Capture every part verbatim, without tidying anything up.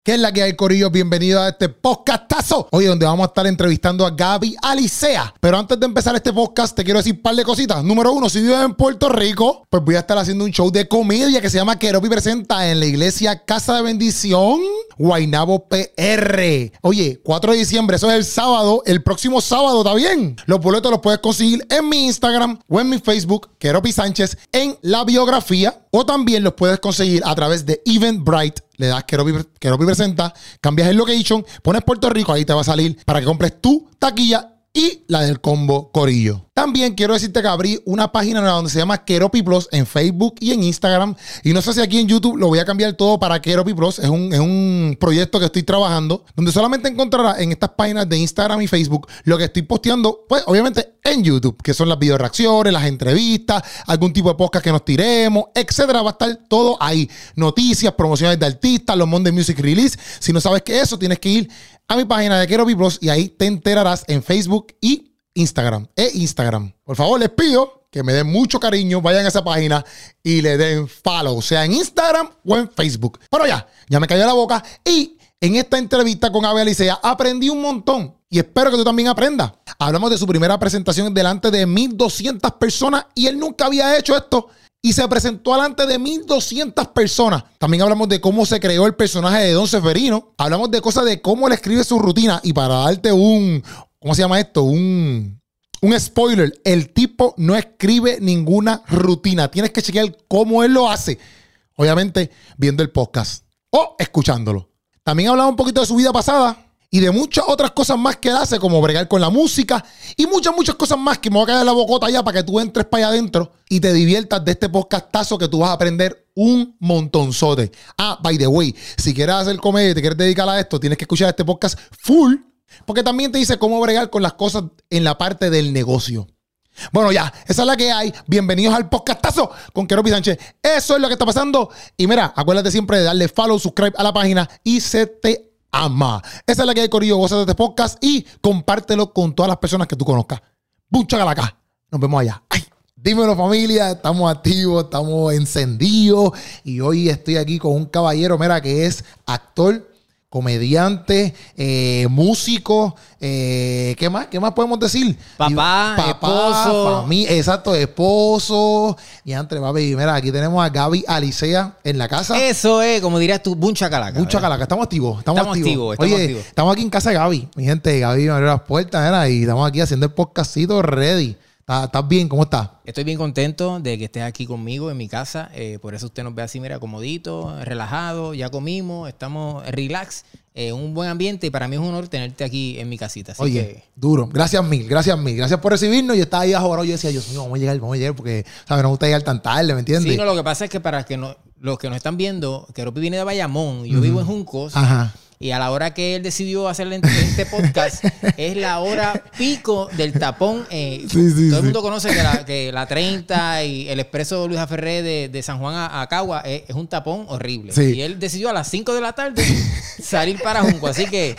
¿Qué es la que hay, corillo? Bienvenido a este podcastazo. Hoy donde vamos a estar entrevistando a Gaby Alicea. Pero antes de empezar este podcast, te quiero decir un par de cositas. Número uno, si vives en Puerto Rico, pues voy a estar haciendo un show de comedia que se llama Keropi Presenta en la iglesia Casa de Bendición, Guaynabo P R. Oye, cuatro de diciembre, eso es el sábado. El próximo sábado, ¿está bien? Los boletos los puedes conseguir en mi Instagram o en mi Facebook, Keropi Sánchez, en la biografía. O también los puedes conseguir a través de Eventbrite. Le das Keropi, Keropi Presenta, cambias el location, pones Puerto Rico, ahí te va a salir para que compres tu taquilla y la del combo corillo. También quiero decirte que abrí una página nueva donde se llama Keropi Plus en Facebook y en Instagram. Y no sé si aquí en YouTube lo voy a cambiar todo para Keropi Plus. Es un, es un proyecto que estoy trabajando donde solamente encontrarás en estas páginas de Instagram y Facebook lo que estoy posteando, pues obviamente en YouTube, que son las video reacciones, las entrevistas, algún tipo de podcast que nos tiremos, etcétera. Va a estar todo ahí. Noticias, promociones de artistas, los Monday Music Release. Si no sabes qué es eso, tienes que ir a mi página de Keropi Plus y ahí te enterarás en Facebook y Instagram e Instagram. Por favor, les pido que me den mucho cariño, vayan a esa página y le den follow, sea en Instagram o en Facebook. Pero ya, ya me cayó la boca y en esta entrevista con Gaby Alicea aprendí un montón y espero que tú también aprendas. Hablamos de su primera presentación delante de mil doscientas personas y él nunca había hecho esto. Y se presentó delante de mil doscientas personas. También hablamos de cómo se creó el personaje de Don Seferino. Hablamos de cosas de cómo él escribe su rutina. Y para darte un, ¿cómo se llama esto? Un, un spoiler. El tipo no escribe ninguna rutina. Tienes que chequear cómo él lo hace. Obviamente viendo el podcast o escuchándolo. También hablamos un poquito de su vida pasada y de muchas otras cosas más que él hace, como bregar con la música y muchas, muchas cosas más que me voy a caer la bocota allá para que tú entres para allá adentro y te diviertas de este podcastazo que tú vas a aprender un montonzote. Ah, by the way, si quieres hacer comedia y te quieres dedicar a esto, tienes que escuchar este podcast full, porque también te dice cómo bregar con las cosas en la parte del negocio. Bueno, ya, esa es la que hay. Bienvenidos al podcastazo con Keropi Sánchez. Eso es lo que está pasando. Y mira, acuérdate siempre de darle follow, subscribe a la página y se te ama. Esa es la que hay, corillo. Goza de este podcast y compártelo con todas las personas que tú conozcas. Mucha galaca. Nos vemos allá. Ay, dímelo, familia. Estamos activos, estamos encendidos. Y hoy estoy aquí con un caballero, mira, que es actor, comediante, eh, músico, eh, ¿qué más? ¿Qué más podemos decir? Papá, Papá, esposo. Familia, exacto, esposo. Y entre, papi, mira, aquí tenemos a Gaby Alicea en la casa. Eso es, como dirías tú, buncha calaca. Mucha calaca, estamos activos, estamos, Estamos activos. activos, estamos Oye, activos. estamos aquí en casa de Gaby. Mi gente, Gaby me abrió las puertas, mira, y estamos aquí haciendo el podcastito ready. ¿Estás, estás bien? ¿Cómo estás? Estoy bien contento de que estés aquí conmigo en mi casa. Eh, por eso usted nos ve así, mira, comodito, relajado. Ya comimos, estamos relax, eh, un buen ambiente. Y para mí es un honor tenerte aquí en mi casita. Así Oye, que... duro. Gracias mil, gracias mil. Gracias por recibirnos. Yo estaba ahí ahora. Yo decía, Dios mío, vamos a llegar, vamos a llegar porque, ¿sabes? No me gusta llegar tan tarde, ¿me entiendes? Sí, no, lo que pasa es que para que no, los que nos están viendo, Keropi viene de Bayamón. Yo Uh-huh. vivo en Juncos. Ajá. Y a la hora que él decidió hacer este podcast, es la hora pico del tapón. Eh, Sí, sí, todo el sí. mundo conoce que la, que la treinta y el expreso Luis Aferré de, de San Juan a, a Cagua es, es un tapón horrible. Sí. Y él decidió a las cinco de la tarde salir para Junco. Así que...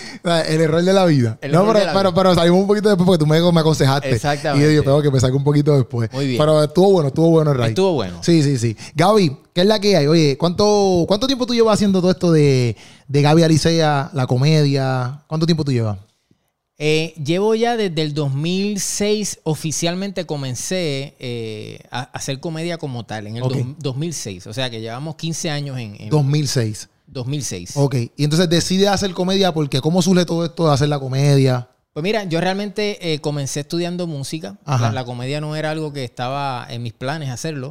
El error de la vida. El no, error pero, de la pero, vida. pero salimos un poquito después porque tú me, me aconsejaste. Exactamente. Y yo digo, tengo que me salga un poquito después. Muy bien. Pero estuvo bueno, estuvo bueno el ride. Estuvo bueno. Sí, sí, sí. Gaby, ¿qué es la que hay? Oye, ¿cuánto, cuánto tiempo tú llevas haciendo todo esto de, de Gaby Alicea, la comedia? ¿Cuánto tiempo tú llevas? Eh, llevo ya desde el dos mil seis, oficialmente comencé eh, a, a hacer comedia como tal, en el Ok. do- dos mil seis. O sea que llevamos quince años en, en dos mil seis. dos mil seis. Ok. Y entonces decides hacer comedia porque ¿cómo surge todo esto de hacer la comedia? Pues mira, yo realmente eh, comencé estudiando música. Ajá. La, la comedia no era algo que estaba en mis planes hacerlo.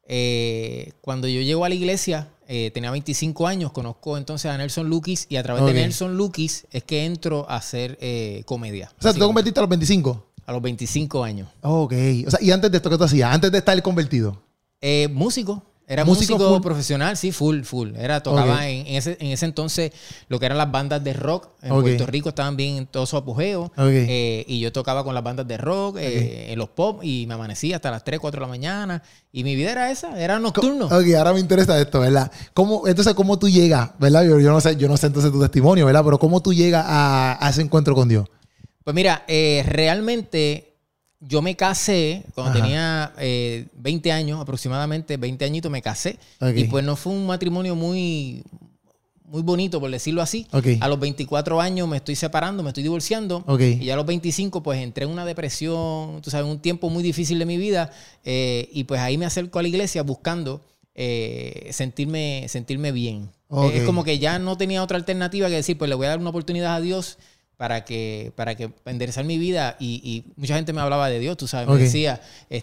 Eh, cuando yo llego a la iglesia, eh, tenía veinticinco años, conozco entonces a Nelson Lukis y a través Ok. de Nelson Lukis es que entro a hacer eh, comedia. O sea, tú te básicamente. convertiste a los veinticinco. A los veinticinco años. Ok. O sea, ¿y antes de esto qué tú hacías? Antes de estar convertido. Eh, músico. Era ¿Músico músico, full? profesional, sí, full, full. Era, tocaba Ok. en, en ese, en ese entonces lo que eran las bandas de rock. En Ok. Puerto Rico estaban bien en todo su apogeo. Ok. Eh, y yo tocaba con las bandas de rock, eh, en los pop, y me amanecía hasta las tres, cuatro de la mañana. Y mi vida era esa, era nocturno. Ok, ahora me interesa esto, ¿verdad? ¿Cómo, entonces, ¿cómo tú llegas, verdad? Yo, yo no sé, yo no sé entonces tu testimonio, ¿verdad? Pero ¿cómo tú llegas a, a ese encuentro con Dios? Pues mira, eh, realmente yo me casé cuando Ajá. tenía eh, veinte años, aproximadamente veinte añitos me casé. Ok. Y pues no fue un matrimonio muy, muy bonito, por decirlo así. Okay. A los veinticuatro años me estoy separando, me estoy divorciando. Okay. Y ya a los veinticinco pues entré en una depresión, tú sabes, un tiempo muy difícil de mi vida. Eh, y pues ahí me acerco a la iglesia buscando eh, sentirme, sentirme bien. Okay. Eh, es como que ya no tenía otra alternativa que decir, pues le voy a dar una oportunidad a Dios para que, para que enderezar mi vida. Y, y mucha gente me hablaba de Dios, tú sabes. Okay. Me decía,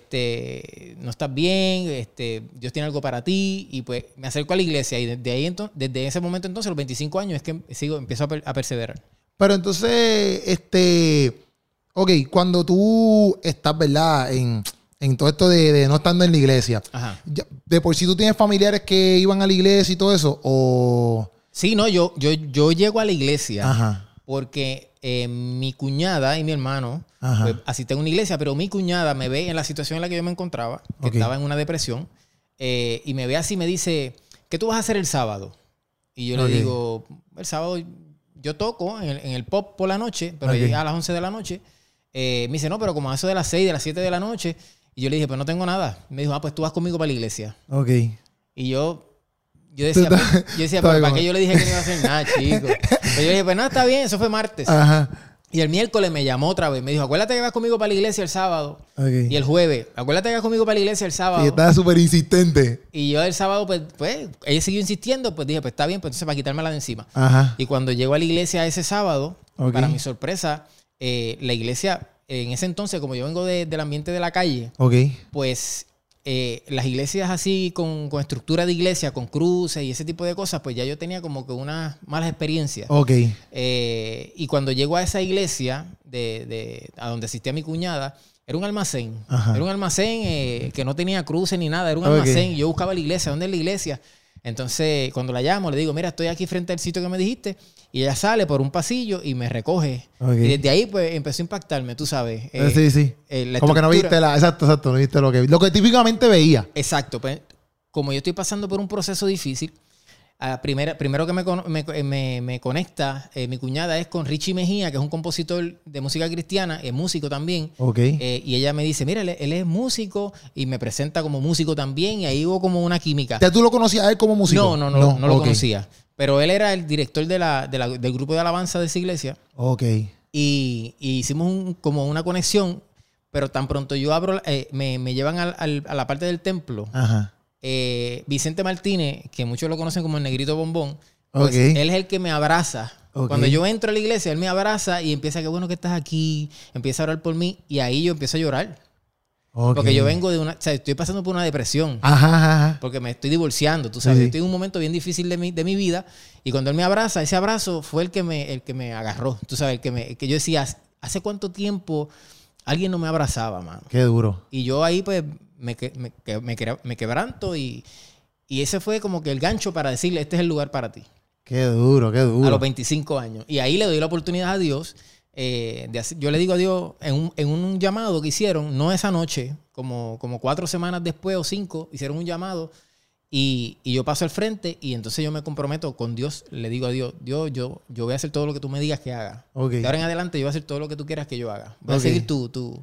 este, no estás bien, este, Dios tiene algo para ti. Y pues me acerco a la iglesia. Y desde ahí entonces, desde ese momento entonces, a los veinticinco años, es que sigo, empiezo a, per, a perseverar. Pero entonces, este, ok, cuando tú estás, ¿verdad? En, en todo esto de, de no estando en la iglesia. Ajá. Ya, ¿de por sí tú tienes familiares que iban a la iglesia y todo eso? ¿O...? Sí, no, yo, yo, yo llego a la iglesia. Ajá. Porque eh, mi cuñada y mi hermano pues, asisten a una iglesia, pero mi cuñada me ve en la situación en la que yo me encontraba, que okay. estaba en una depresión, eh, y me ve así y me dice, ¿qué tú vas a hacer el sábado? Y yo okay. le digo, el sábado yo toco en el, en el pop por la noche, pero okay. a las once de la noche. Eh, me dice, no, pero como a eso de las seis, de las siete de la noche. Y yo le dije, pues no tengo nada. Me dijo, ah, pues tú vas conmigo para la iglesia. Ok. Y yo... Yo decía, pues, yo decía pero ¿para qué yo le dije que no iba a hacer nada, chico? Pero yo le dije, pues nada, está bien, eso fue martes. Ajá. Y el miércoles me llamó otra vez. Me dijo, acuérdate que vas conmigo para la iglesia el sábado. Okay. Y el jueves, acuérdate que vas conmigo para la iglesia el sábado. Y estaba súper insistente. Y yo el sábado, pues, pues, ella siguió insistiendo. Pues dije, pues está bien, pues entonces para quitármela de encima. Ajá. Y cuando llego a la iglesia ese sábado, okay. para mi sorpresa, eh, la iglesia, en ese entonces, como yo vengo de, del ambiente de la calle, okay. pues... Eh, las iglesias así con, con estructura de iglesia, con cruces y ese tipo de cosas, pues ya yo tenía como que unas malas experiencias. Ok. Eh, y cuando llego a esa iglesia de, de, a donde asistía mi cuñada, era un almacén. Ajá. Era un almacén eh, que no tenía cruces ni nada, era un almacén. Okay. Yo buscaba la iglesia. ¿Dónde es la iglesia? Entonces, cuando la llamo, le digo, mira, estoy aquí frente al sitio que me dijiste. Y ella sale por un pasillo y me recoge. Okay. Y desde ahí, pues, empezó a impactarme, tú sabes. Eh, sí, sí. Eh, como que no viste la... Exacto, exacto. No viste lo que... Lo que típicamente veía. Exacto. Pues, como yo estoy pasando por un proceso difícil, a primera, primero que me, me, me, me conecta eh, mi cuñada es con Richie Mejía, que es un compositor de música cristiana, es músico también. Okay. Eh, y ella me dice, mira, él, él es músico y me presenta como músico también. Y ahí hubo como una química. ¿Ya tú lo conocías a él como músico? No, no, no, no, no lo okay. conocía. Pero él era el director de la, de la, del grupo de alabanza de esa iglesia. Ok. Y, y hicimos un, como una conexión, pero tan pronto yo abro, eh, me, me llevan al, al, a la parte del templo. Ajá. Eh, Vicente Martínez, que muchos lo conocen como el Negrito Bombón, pues okay. él es el que me abraza. Okay. Cuando yo entro a la iglesia, él me abraza y empieza, qué bueno que estás aquí, empieza a orar por mí y ahí yo empiezo a llorar. Okay. Porque yo vengo de una, o sea, estoy pasando por una depresión. Ajá, ajá. Porque me estoy divorciando, tú sabes. Sí. Estoy en un momento bien difícil de mi, de mi vida y cuando él me abraza, ese abrazo fue el que me, el que me agarró. Tú sabes, el que, me, el que yo decía, ¿hace cuánto tiempo alguien no me abrazaba, mano? Qué duro. Y yo ahí, pues, me, me, me, me quebranto y, y ese fue como que el gancho para decirle, este es el lugar para ti. Qué duro, qué duro. A los veinticinco años. Y ahí le doy la oportunidad a Dios. Eh, de hacer, yo le digo a Dios, en un, en un llamado que hicieron, no esa noche, como, como cuatro semanas después o cinco, hicieron un llamado y, y yo paso al frente y entonces yo me comprometo con Dios. Le digo a Dios, Dios, yo, yo voy a hacer todo lo que tú me digas que haga. Okay. De ahora en adelante yo voy a hacer todo lo que tú quieras que yo haga. Voy okay. a seguir tu... tu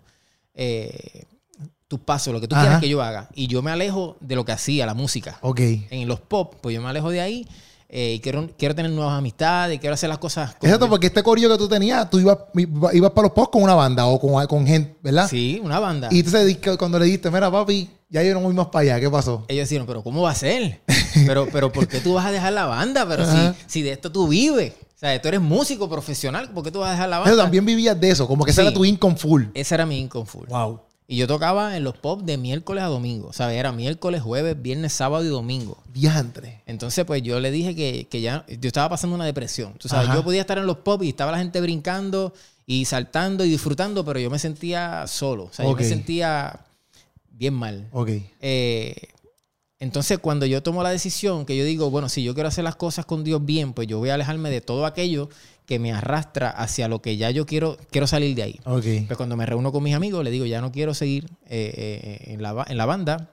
eh, tus pasos, lo que tú Ajá. quieras que yo haga. Y yo me alejo de lo que hacía, la música. Ok. En los pop, pues yo me alejo de ahí. Eh, y quiero, quiero tener nuevas amistades, quiero hacer las cosas... Exacto, porque este corillo que tú tenías, tú ibas, ibas para los pop con una banda o con, con gente, ¿verdad? Sí, una banda. Y entonces cuando le dijiste, mira papi, ya yo no voy más para allá, ¿qué pasó? Ellos decían, pero ¿cómo va a ser? pero, pero ¿por qué tú vas a dejar la banda? Pero si, si de esto tú vives. O sea, tú eres músico profesional, ¿por qué tú vas a dejar la banda? Pero también vivías de eso, como que ese sí, era tu income full. Ese era mi income full. Wow. Y yo tocaba en los pop de miércoles a domingo. ¿Sabes? Era miércoles, jueves, viernes, sábado y domingo. Diantre. Entonces, pues yo le dije que, que ya... Yo estaba pasando una depresión. Tú sabes, Ajá. yo podía estar en los pop y estaba la gente brincando y saltando y disfrutando, pero yo me sentía solo. O sea, okay. yo me sentía bien mal. Ok. Eh, entonces, cuando yo tomo la decisión, que yo digo, bueno, si yo quiero hacer las cosas con Dios bien, pues yo voy a alejarme de todo aquello que me arrastra hacia lo que ya yo quiero quiero salir de ahí. Okay. Pues cuando me reúno con mis amigos, les digo, ya no quiero seguir eh, eh, en, la, en la banda.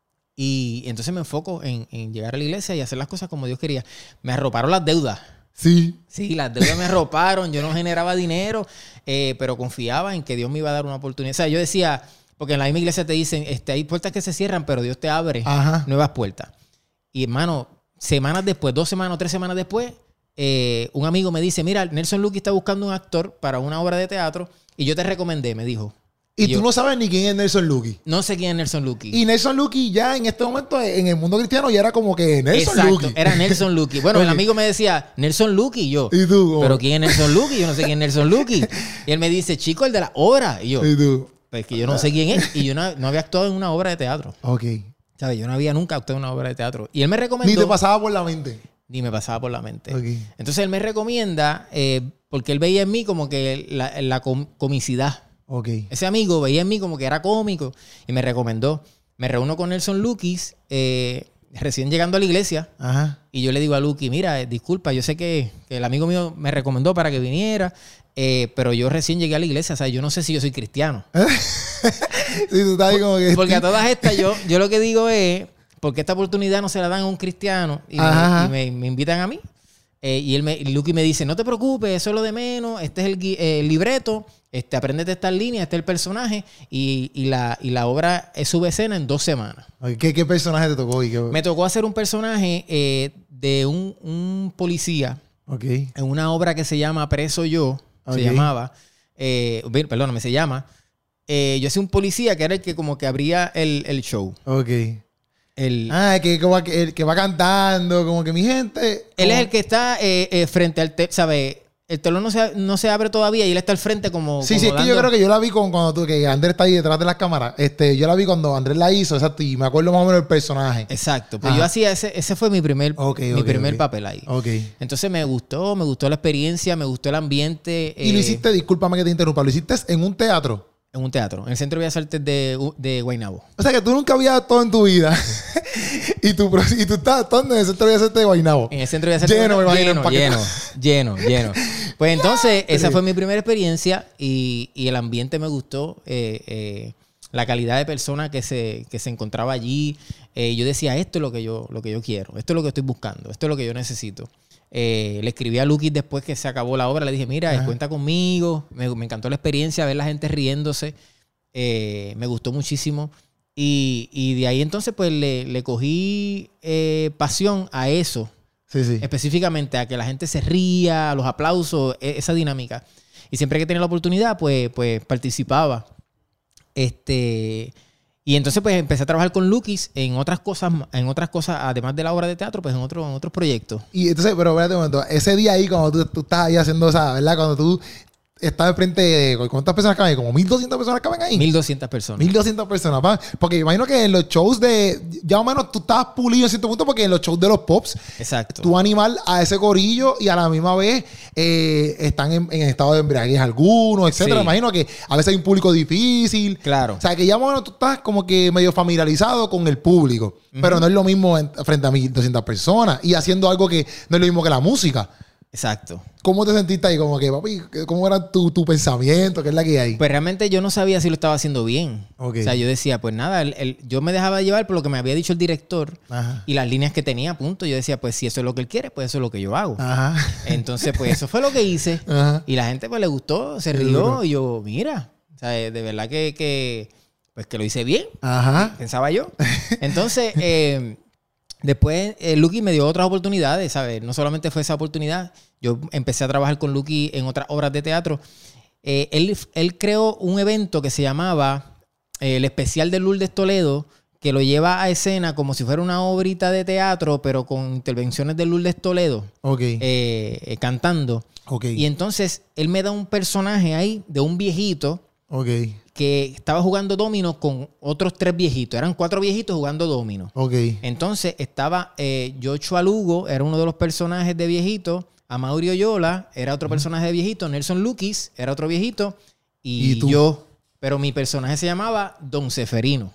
Y entonces me enfoco en, en llegar a la iglesia y hacer las cosas como Dios quería. Me arroparon las deudas. Sí. Sí, las deudas me arroparon. Yo no generaba dinero, eh, pero confiaba en que Dios me iba a dar una oportunidad. O sea, yo decía, porque en la misma iglesia te dicen, este, hay puertas que se cierran, pero Dios te abre Ajá. nuevas puertas. Y hermano, semanas después, dos semanas o tres semanas después, eh, un amigo me dice, mira, Nelson Lucky está buscando un actor para una obra de teatro y yo te recomendé, me dijo. Y, y tú yo, no sabes ni quién es Nelson Lucky. No sé quién es Nelson Lucky. Y Nelson Lucky ya en este momento en el mundo cristiano ya era como que Nelson Exacto, Lucky. era Nelson Lucky. Bueno, Oye. el amigo me decía, Nelson Lucky, y yo. ¿Y tú? ¿Pero quién es Nelson Lucky? Yo no sé quién es Nelson Lucky. Y él me dice, chico, el de la obra. Y yo, ¿Y tú? pues que yo no sé quién es. Y yo no, no había actuado en una obra de teatro. Ok. ¿Sabes? Yo no había nunca actuado en una obra de teatro. Y él me recomendó... Ni te pasaba por la mente. Ni me pasaba por la mente. Okay. Entonces él me recomienda, eh, porque él veía en mí como que la, la com comicidad. Ok. Ese amigo veía en mí como que era cómico y me recomendó. Me reúno con Nelson Lucky, eh, recién llegando a la iglesia. Ajá. Y yo le digo a Lucky, mira, eh, disculpa, yo sé que, que el amigo mío me recomendó para que viniera, eh, pero yo recién llegué a la iglesia, o sea, yo no sé si yo soy cristiano. Sí, tú estás ahí como que... Porque a todas estas yo, yo lo que digo es, porque esta oportunidad no se la dan a un cristiano y, me, y me, me invitan a mí. Eh, y él me, y Lucky me dice, no te preocupes, eso es lo de menos, este es el, eh, el libreto, este, apréndete estas líneas, este es el personaje y, y, la, y la obra es subescena en dos semanas. ¿Qué, qué personaje te tocó? ¿Y qué... Me tocó hacer un personaje eh, de un, un policía okay. en una obra que se llama Preso Yo, okay. se llamaba, eh, perdóname, se llama, eh, yo soy un policía que era el que como que abría el, el show. Ok. El, ah, que, que, va, el que va cantando, como que mi gente... Él como... es el que está eh, eh, frente al... ¿Sabes? El telón no se, no se abre todavía y él está al frente como... Sí, como sí, es dando... que yo creo que yo la vi con, cuando tú, que Andrés está ahí detrás de las cámaras. Este, yo la vi cuando Andrés la hizo, exacto, y me acuerdo más o menos del personaje. Exacto. Pues yo hacía ese... Ese fue mi primer, okay, mi okay, primer okay. papel ahí. Ok. Entonces me gustó, me gustó la experiencia, me gustó el ambiente. Y eh, lo hiciste, discúlpame que te interrumpa, lo hiciste en un teatro. En un teatro, en el Centro de Bellas Artes de, de Guaynabo. O sea que tú nunca habías actuado en tu vida. y, tú, y tú estás actuando en el Centro de Bellas Artes de Guaynabo. En el Centro de Bellas Artes lleno, de Guaynabo. Lleno, lleno, lleno, lleno. Pues entonces, esa fue mi primera experiencia y, y el ambiente me gustó. Eh, eh, la calidad de persona que se, que se encontraba allí. Eh, yo decía, esto es lo que yo, lo que yo quiero. Esto es lo que estoy buscando. Esto es lo que yo necesito. Eh, le escribí a Lucky después que se acabó la obra. Le dije, mira, Ajá. cuenta conmigo. Me, me encantó la experiencia, ver la gente riéndose. Eh, me gustó muchísimo. Y, y de ahí entonces pues le, le cogí eh, pasión a eso. Sí, sí. Específicamente a que la gente se ría, a los aplausos, esa dinámica. Y siempre que tenía la oportunidad, pues, pues participaba. Este... Y entonces pues empecé a trabajar con Lucky en otras cosas, en otras cosas, además de la obra de teatro, pues en, otro, en otros proyectos. Y entonces, pero espérate un momento, ese día ahí cuando tú, tú estás ahí haciendo esa, ¿verdad? Cuando tú estás enfrente de... ¿Cuántas personas caben ahí? ¿Como mil doscientas personas caben ahí? mil doscientas personas. mil doscientas personas. Pa. Porque imagino que en los shows de... Ya más o menos tú estabas pulido en cierto punto porque en los shows de los pops... Exacto. Tú animar a ese corillo y a la misma vez eh, están en, en estado de embriaguez algunos, etcétera. Sí. Imagino que a veces hay un público difícil. Claro. O sea, que ya más o menos tú estás como que medio familiarizado con el público. Uh-huh. Pero no es lo mismo en, frente a mil doscientas personas y haciendo algo que no es lo mismo que la música. Exacto. ¿Cómo te sentiste ahí? Como que, papi, ¿cómo era tu, tu pensamiento? ¿Qué es la que hay? Pues realmente yo no sabía si lo estaba haciendo bien. Okay. O sea, yo decía, pues nada, el, el, yo me dejaba llevar por lo que me había dicho el director. Ajá. Y las líneas que tenía, punto. Yo decía, pues si eso es lo que él quiere, pues eso es lo que yo hago. Ajá. Entonces, pues eso fue lo que hice. Ajá. Y la gente pues le gustó, se rió. Y yo, mira, o sea, de verdad que, que, pues, que lo hice bien. Ajá. Pensaba yo. Entonces... eh, Después, eh, Lucky me dio otras oportunidades, ¿sabes? No solamente fue esa oportunidad. Yo empecé a trabajar con Lucky en otras obras de teatro. Eh, él, él creó un evento que se llamaba eh, el Especial de Lourdes Toledo, que lo lleva a escena como si fuera una obrita de teatro, pero con intervenciones de Lourdes Toledo. Ok. Eh, eh, cantando. Ok. Y entonces, él me da un personaje ahí de un viejito. Ok. Que estaba jugando dominos con otros tres viejitos. Eran cuatro viejitos jugando dominos. Ok. Entonces estaba eh, Joshua Lugo, era uno de los personajes de viejito. Amaury Oyola era otro uh-huh. personaje de viejito. Nelson Lucky era otro viejito. Y, ¿Y yo. Pero mi personaje se llamaba Don Seferino.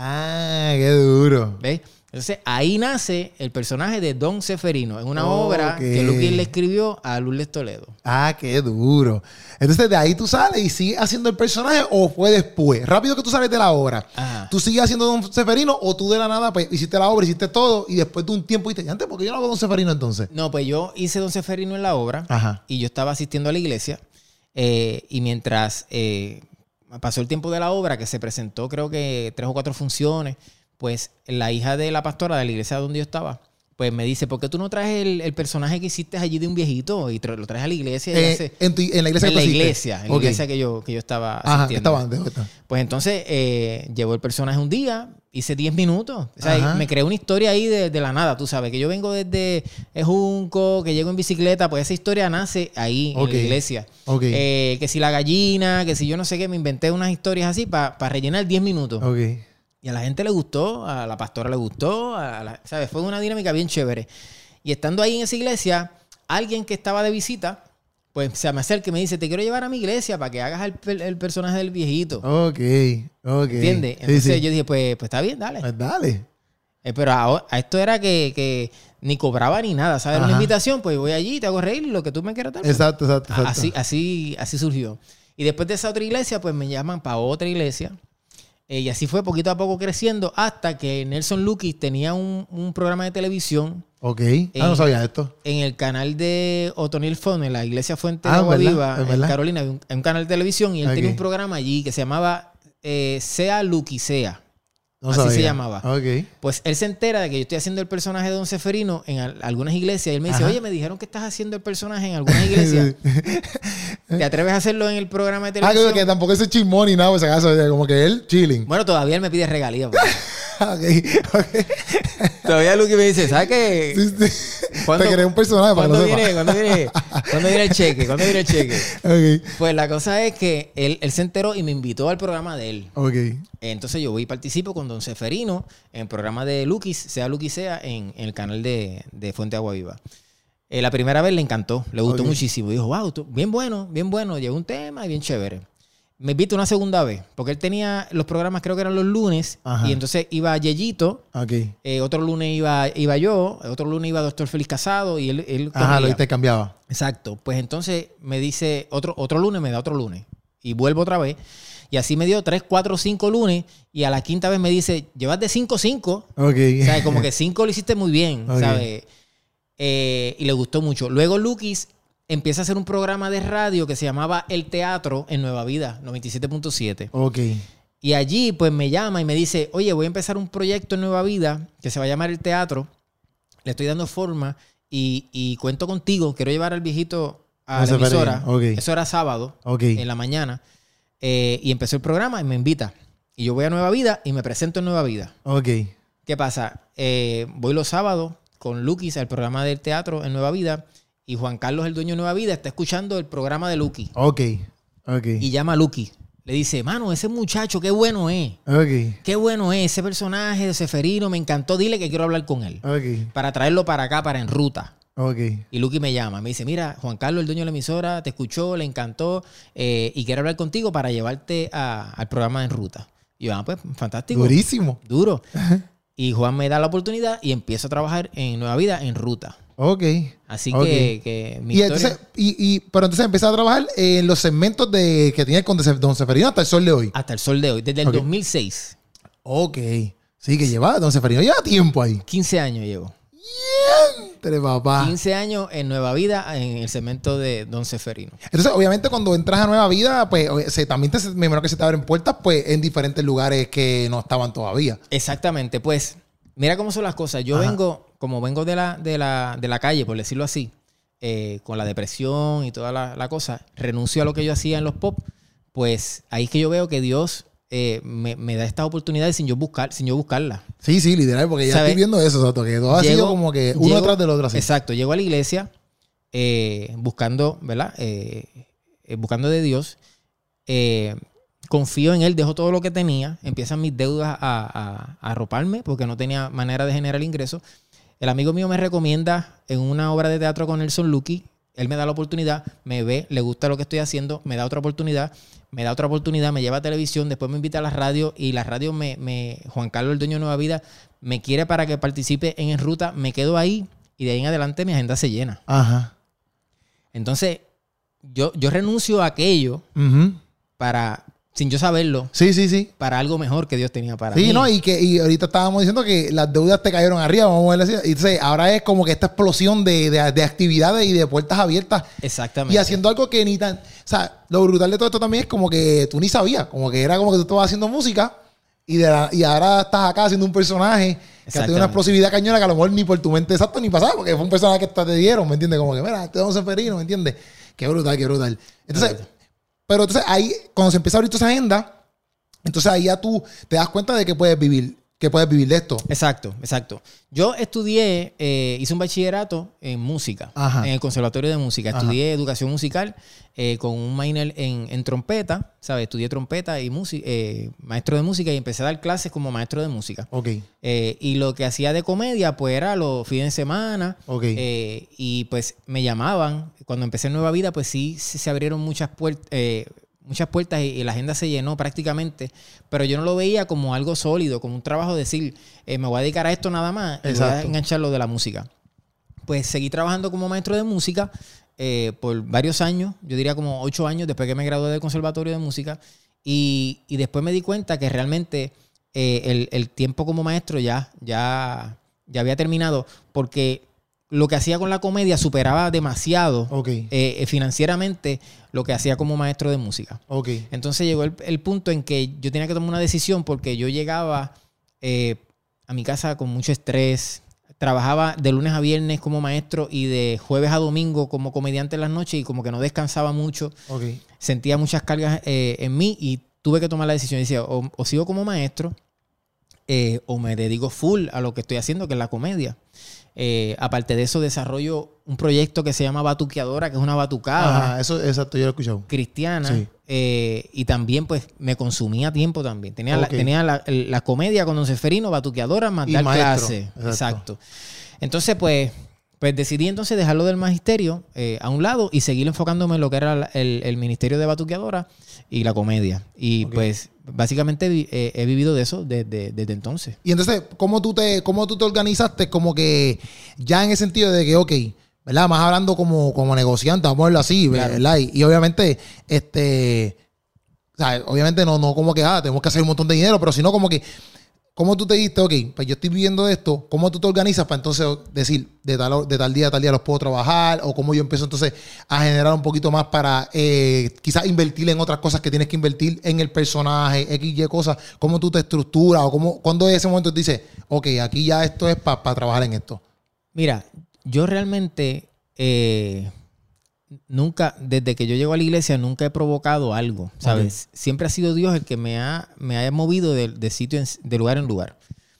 Ah, qué duro. ¿Ves? Entonces ahí nace el personaje de Don Seferino en una oh, obra okay. que Lucky le escribió a Lourdes Toledo. Ah, qué duro. Entonces de ahí tú sales y sigues haciendo el personaje o fue después. Rápido que tú sales de la obra. Ajá. ¿Tú sigues haciendo Don Seferino o tú de la nada pues hiciste la obra, hiciste todo y después de un tiempo dijiste, antes, ¿por qué yo no hago Don Seferino entonces? No, pues yo hice Don Seferino en la obra. Ajá. Y yo estaba asistiendo a la iglesia eh, y mientras eh, pasó el tiempo de la obra, que se presentó creo que tres o cuatro funciones, pues la hija de la pastora de la iglesia donde yo estaba, pues me dice, ¿por qué tú no traes el, el personaje que hiciste allí de un viejito y tra- lo traes a la iglesia? Eh, hace, en, tu, en la iglesia en que la tú asistes. iglesia, en la Ok. iglesia que yo, que yo estaba Ajá, asistiendo. estaba antes. ¿Está? Pues entonces eh, llevó el personaje un día, hice diez minutos. O sea, Ajá. me creé una historia ahí de, de la nada, tú sabes, que yo vengo desde Junco, que llego en bicicleta, pues esa historia nace ahí Ok. en la iglesia. Ok. Eh, que si la gallina, que si yo no sé qué, me inventé unas historias así para rellenar diez minutos. Ok. Y a la gente le gustó, a la pastora le gustó, a la- ¿sabes? Fue una dinámica bien chévere. Y estando ahí en esa iglesia, alguien que estaba de visita, pues se me acerca y me dice, te quiero llevar a mi iglesia para que hagas el, per- el personaje del viejito. Ok. Ok. ¿Entiendes? Sí, Entonces sí. yo dije, pues, pues está bien, dale. Pues dale. Eh, pero a, a esto era que, que ni cobraba ni nada, ¿sabes? Era una Ajá. invitación, pues voy allí, te hago reír, lo que tú me quieras dar. pues. Exacto, exacto, exacto. Así, así, así surgió. Y después de esa otra iglesia, pues me llaman para otra iglesia. Eh, y así fue poquito a poco creciendo hasta que Nelson Luquis tenía un, un programa de televisión Ok. Ah, no sabía esto. en el canal de Otoniel Fone, en la iglesia Fuente Ah, de Agua ¿verdad? Viva, ¿Es en verdad? Carolina, hay un, hay un canal de televisión y él Ok. tenía un programa allí que se llamaba eh, Sea Luquisea. No Así sabía. se llamaba. Ok. Pues él se entera de que yo estoy haciendo el personaje de Don Seferino en al- algunas iglesias. Y él me dice, Ajá. oye, me dijeron que estás haciendo el personaje en algunas iglesias. ¿Te atreves a hacerlo en el programa de Ah, televisión? que, que tampoco es chismón ni nada, por si acaso. Como que él chilling. Bueno, todavía él me pide regalías. pues. Ok. Ok. Todavía Luqui me dice, ¿sabes qué? Sí, sí. ¿Cuándo- Te creé un personaje para que ¿Cuándo lo viene, sepa. ¿Cuándo viene? ¿Cuándo viene el cheque? ¿Cuándo viene el cheque? Ok. Pues la cosa es que él, él se enteró y me invitó al programa de él. Ok. Entonces yo voy y participo con Don Seferino en el programa de Luquis, sea Luquis sea, en, en el canal de, de Fuente Agua Viva. Eh, la primera vez le encantó, le gustó Ok. muchísimo. Dijo, wow, tú- bien bueno, bien bueno, llegó un tema y bien chévere. Me invitó una segunda vez, porque él tenía los programas, creo que eran los lunes, Ajá. y entonces iba Yeyito, Ok. eh, otro lunes iba, iba yo, otro lunes iba Doctor Félix Casado, y él, él Ajá, corría. lo viste, cambiaba. Exacto. Pues entonces me dice, otro, otro lunes me da otro lunes. Y vuelvo otra vez. Y así me dio tres, cuatro, cinco lunes. Y a la quinta vez me dice, llevas de cinco, cinco. Ok. O sea, como que cinco lo hiciste muy bien, Ok. ¿sabes? Eh, y le gustó mucho. Luego Luquis empieza a hacer un programa de radio que se llamaba El Teatro en Nueva Vida, noventa y siete punto siete. Ok. Y allí pues me llama y me dice, oye, voy a empezar un proyecto en Nueva Vida que se va a llamar El Teatro. Le estoy dando forma y, y cuento contigo. Quiero llevar al viejito a No la se emisora. perdía. Ok. Eso era sábado Ok. en la mañana. Eh, y empezó el programa y me invita. Y yo voy a Nueva Vida y me presento en Nueva Vida. Ok. ¿Qué pasa? Eh, voy los sábados con Luquis al programa del teatro en Nueva Vida. Y Juan Carlos, el dueño de Nueva Vida, está escuchando el programa de Luquis. Ok. Ok. Y llama a Luquis. Le dice, mano, ese muchacho, qué bueno es. Ok. Qué bueno es ese personaje de Seferino. Me encantó. Dile que quiero hablar con él. Ok. Para traerlo para acá, para En Ruta. Ok. Y Luqui me llama. Me dice, mira, Juan Carlos, el dueño de la emisora, te escuchó, le encantó. eh, y quiere hablar contigo para llevarte a- al programa En Ruta. Y yo, ah, pues, fantástico. Durísimo. Duro. Y Juan me da la oportunidad y empiezo a trabajar en Nueva Vida, En Ruta. Ok. Así Ok. que, que mi Y historia... entonces, y, y, pero entonces empecé a trabajar en los segmentos de, que tenía con Don Seferino hasta el sol de hoy. Hasta el sol de hoy. Desde el Ok. dos mil seis. Ok. Sí, que lleva Don Seferino. Lleva tiempo ahí. quince años llevo. Entre papá. quince años en Nueva Vida en el segmento de Don Seferino. Entonces, obviamente, cuando entras a Nueva Vida, pues o- se, también te, me imagino que se te abren puertas pues en diferentes lugares que no estaban todavía. Exactamente, pues mira cómo son las cosas. Yo Ajá. vengo, como vengo de la, de la, de la calle, por decirlo así, eh, con la depresión y toda la, la cosa, renuncio a lo que yo hacía en los pop, pues ahí es que yo veo que Dios eh, me, me da estas oportunidades sin yo buscar, sin yo buscarlas. Sí, sí, literal, porque ya ¿Sabe? estoy viendo eso, Soto, que todo ha Llego- sido como que uno llego- detrás del otro así. Exacto, llego a la iglesia eh, buscando, ¿verdad? Eh, eh, buscando de Dios. Eh, confío en Él, dejo todo lo que tenía. Empiezan mis deudas a, a, a arroparme porque no tenía manera de generar ingresos. El amigo mío me recomienda en una obra de teatro con Nelson Luquis. Él me da la oportunidad, me ve, le gusta lo que estoy haciendo, me da otra oportunidad, me da otra oportunidad, me lleva a televisión, después me invita a la radio y la radio me, me Juan Carlos, el dueño de Nueva Vida, me quiere para que participe en En Ruta, me quedo ahí y de ahí en adelante mi agenda se llena. Ajá. Entonces, yo, yo renuncio a aquello Ujú. para, sin yo saberlo, Sí, sí, sí. para algo mejor que Dios tenía para mí. Sí, no, y que y ahorita estábamos diciendo que las deudas te cayeron arriba, vamos a verlo así. Y entonces, ahora es como que esta explosión de, de, de actividades y de puertas abiertas. Exactamente. Y haciendo algo que ni tan... O sea, lo brutal de todo esto también es como que tú ni sabías. Como que era como que tú estabas haciendo música Y, de la, y ahora estás acá haciendo un personaje que ha tenido una explosividad cañona que a lo mejor ni por tu mente exacto ni pasaba, porque fue un personaje que te dieron, ¿me entiendes? Como que, mira, este es Don Seferino, ¿me entiendes? Qué brutal, qué brutal. Entonces, brutal. Pero entonces ahí, cuando se empieza a abrir toda esa agenda, entonces ahí ya tú te das cuenta de que puedes vivir. Que puedes vivir de esto. Exacto, exacto. Yo estudié, eh, hice un bachillerato en música, Ajá. en el Conservatorio de Música. Estudié Ajá. educación musical eh, con un minor en, en trompeta, ¿sabes? Estudié trompeta y música, eh, maestro de música y empecé a dar clases como maestro de música. Ok. Eh, y lo que hacía de comedia, pues era los fines de semana. Ok. Eh, y pues me llamaban. Cuando empecé en Nueva Vida, pues sí, sí se abrieron muchas puertas. Eh, muchas puertas y, y la agenda se llenó prácticamente, pero yo no lo veía como algo sólido, como un trabajo de decir, eh, me voy a dedicar a esto nada más y voy a enganchar lo de la música. Pues seguí trabajando como maestro de música eh, por varios años, yo diría como ocho años después que me gradué del Conservatorio de Música y, y después me di cuenta que realmente eh, el, el tiempo como maestro ya, ya, ya había terminado porque lo que hacía con la comedia superaba demasiado okay. eh, financieramente lo que hacía como maestro de música. Okay. Entonces llegó el, el punto en que yo tenía que tomar una decisión porque yo llegaba eh, a mi casa con mucho estrés. Trabajaba de lunes a viernes como maestro y de jueves a domingo como comediante en las noches y como que no descansaba mucho. Okay. Sentía muchas cargas eh, en mí y tuve que tomar la decisión. Y decía, o, o sigo como maestro eh, o me dedico full a lo que estoy haciendo, que es la comedia. Eh, aparte de eso, desarrollo un proyecto que se llama Batuqueadora, que es una batucada. Ajá, eso, exacto, yo lo he escuchado. Cristiana. Sí. Eh, y también, pues, me consumía tiempo también. Tenía, okay. la, tenía la, la comedia con Don Seferino, Batuqueadora, más y dar maestro. clase. Exacto. Exacto. Entonces, pues, pues decidí entonces dejarlo del magisterio eh, a un lado y seguir enfocándome en lo que era el, el ministerio de Batuqueadora y la comedia. Y okay. pues, básicamente eh, he vivido de eso desde, desde entonces. Y entonces, ¿cómo tú te, cómo tú te organizaste? Como que ya en el sentido de que, ok, ¿verdad? Más hablando como, como negociante, vamos a verlo así, ¿verdad? Claro. Y, y obviamente, este, o sea, obviamente no, no como que, ah, tenemos que hacer un montón de dinero, pero sino como que, ¿cómo tú te diste, ok, pues yo estoy viviendo esto, ¿cómo tú te organizas para entonces decir de tal, de tal día a tal día los puedo trabajar? O cómo yo empiezo entonces a generar un poquito más para eh, quizás invertir en otras cosas que tienes que invertir en el personaje, X, Y cosas, ¿cómo tú te estructuras? O cómo, cuando en ese momento te dices, ok, aquí ya esto es para pa trabajar en esto. Mira, yo realmente eh, nunca, desde que yo llego a la iglesia, nunca he provocado algo, ¿sabes? Okay. Siempre ha sido Dios el que me ha, me ha movido de, de sitio, en, de lugar en lugar.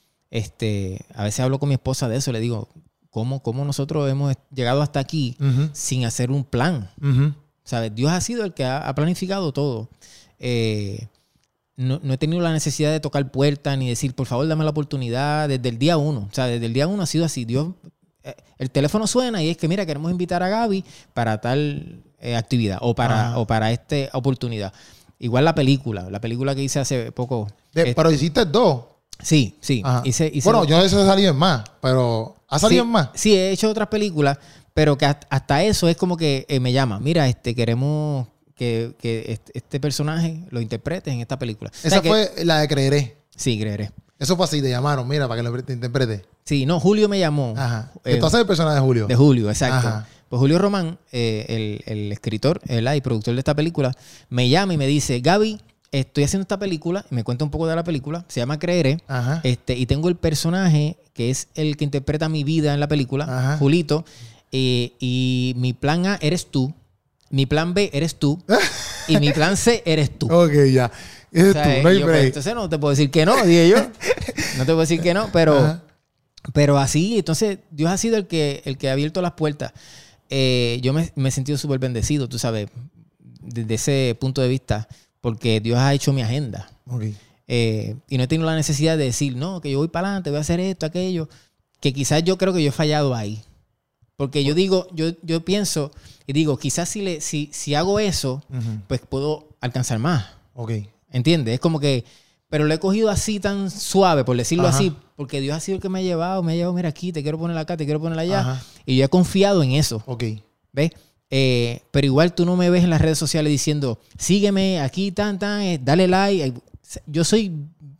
Este, a veces hablo con mi esposa de eso, le digo, ¿cómo, cómo nosotros hemos llegado hasta aquí uh-huh. sin hacer un plan? Uh-huh. ¿Sabes? Dios ha sido el que ha, ha planificado todo. Eh, no, no he tenido la necesidad de tocar puertas ni decir, por favor, dame la oportunidad. Desde el día uno. O sea, desde el día uno ha sido así. Dios... El teléfono suena y es que, mira, queremos invitar a Gaby para tal eh, actividad o para, o para esta oportunidad. Igual la película, la película que hice hace poco. De, este, pero hiciste dos. Sí, sí. Hice, hice bueno, dos. yo no sé si ha salido en más, pero ¿ha salido sí, en más? Sí, he hecho otras películas, pero que hasta eso es como que eh, me llama. Mira, este queremos que, que este, este personaje lo interpretes en esta película. Esa o sea, fue que, la de Creeré. Sí, Creeré. Eso fue así, te llamaron, mira, para que lo interprete. Sí, no, Julio me llamó. Ajá. Eh, ¿Tú haces el personaje de Julio? De Julio, exacto. Ajá. Pues Julio Román, eh, el, el escritor el, y productor de esta película, me llama y me dice, Gaby, estoy haciendo esta película, y me cuenta un poco de la película, se llama Creeré, Ajá. este, y tengo el personaje que es el que interpreta mi vida en la película, Ajá. Julito, eh, y mi plan A eres tú, mi plan B eres tú, y mi plan C eres tú. Ok, ya. Es o sea, tú, no hay yo, break. pues, entonces no te puedo decir que no, dije yo. No te puedo decir que no, pero, Ajá. pero así, entonces Dios ha sido el que, el que ha abierto las puertas. Eh, yo me, me he sentido súper bendecido, tú sabes, desde ese punto de vista, porque Dios ha hecho mi agenda. Okay. Eh, y no he tenido la necesidad de decir, no, que yo voy para adelante, voy a hacer esto, aquello, que quizás yo creo que yo he fallado ahí. Porque yo digo, yo, yo pienso y digo, quizás si, le, si, si hago eso, uh-huh. pues puedo alcanzar más. Okay. ¿Entiendes? Es como que, pero lo he cogido así tan suave, por decirlo Ajá. así, porque Dios ha sido el que me ha llevado, me ha llevado, mira aquí, te quiero poner acá, te quiero poner allá. Ajá. Y yo he confiado en eso. Ok. ¿Ves? Eh, pero igual tú no me ves en las redes sociales diciendo, sígueme aquí, tan, tan, eh, dale like. Yo soy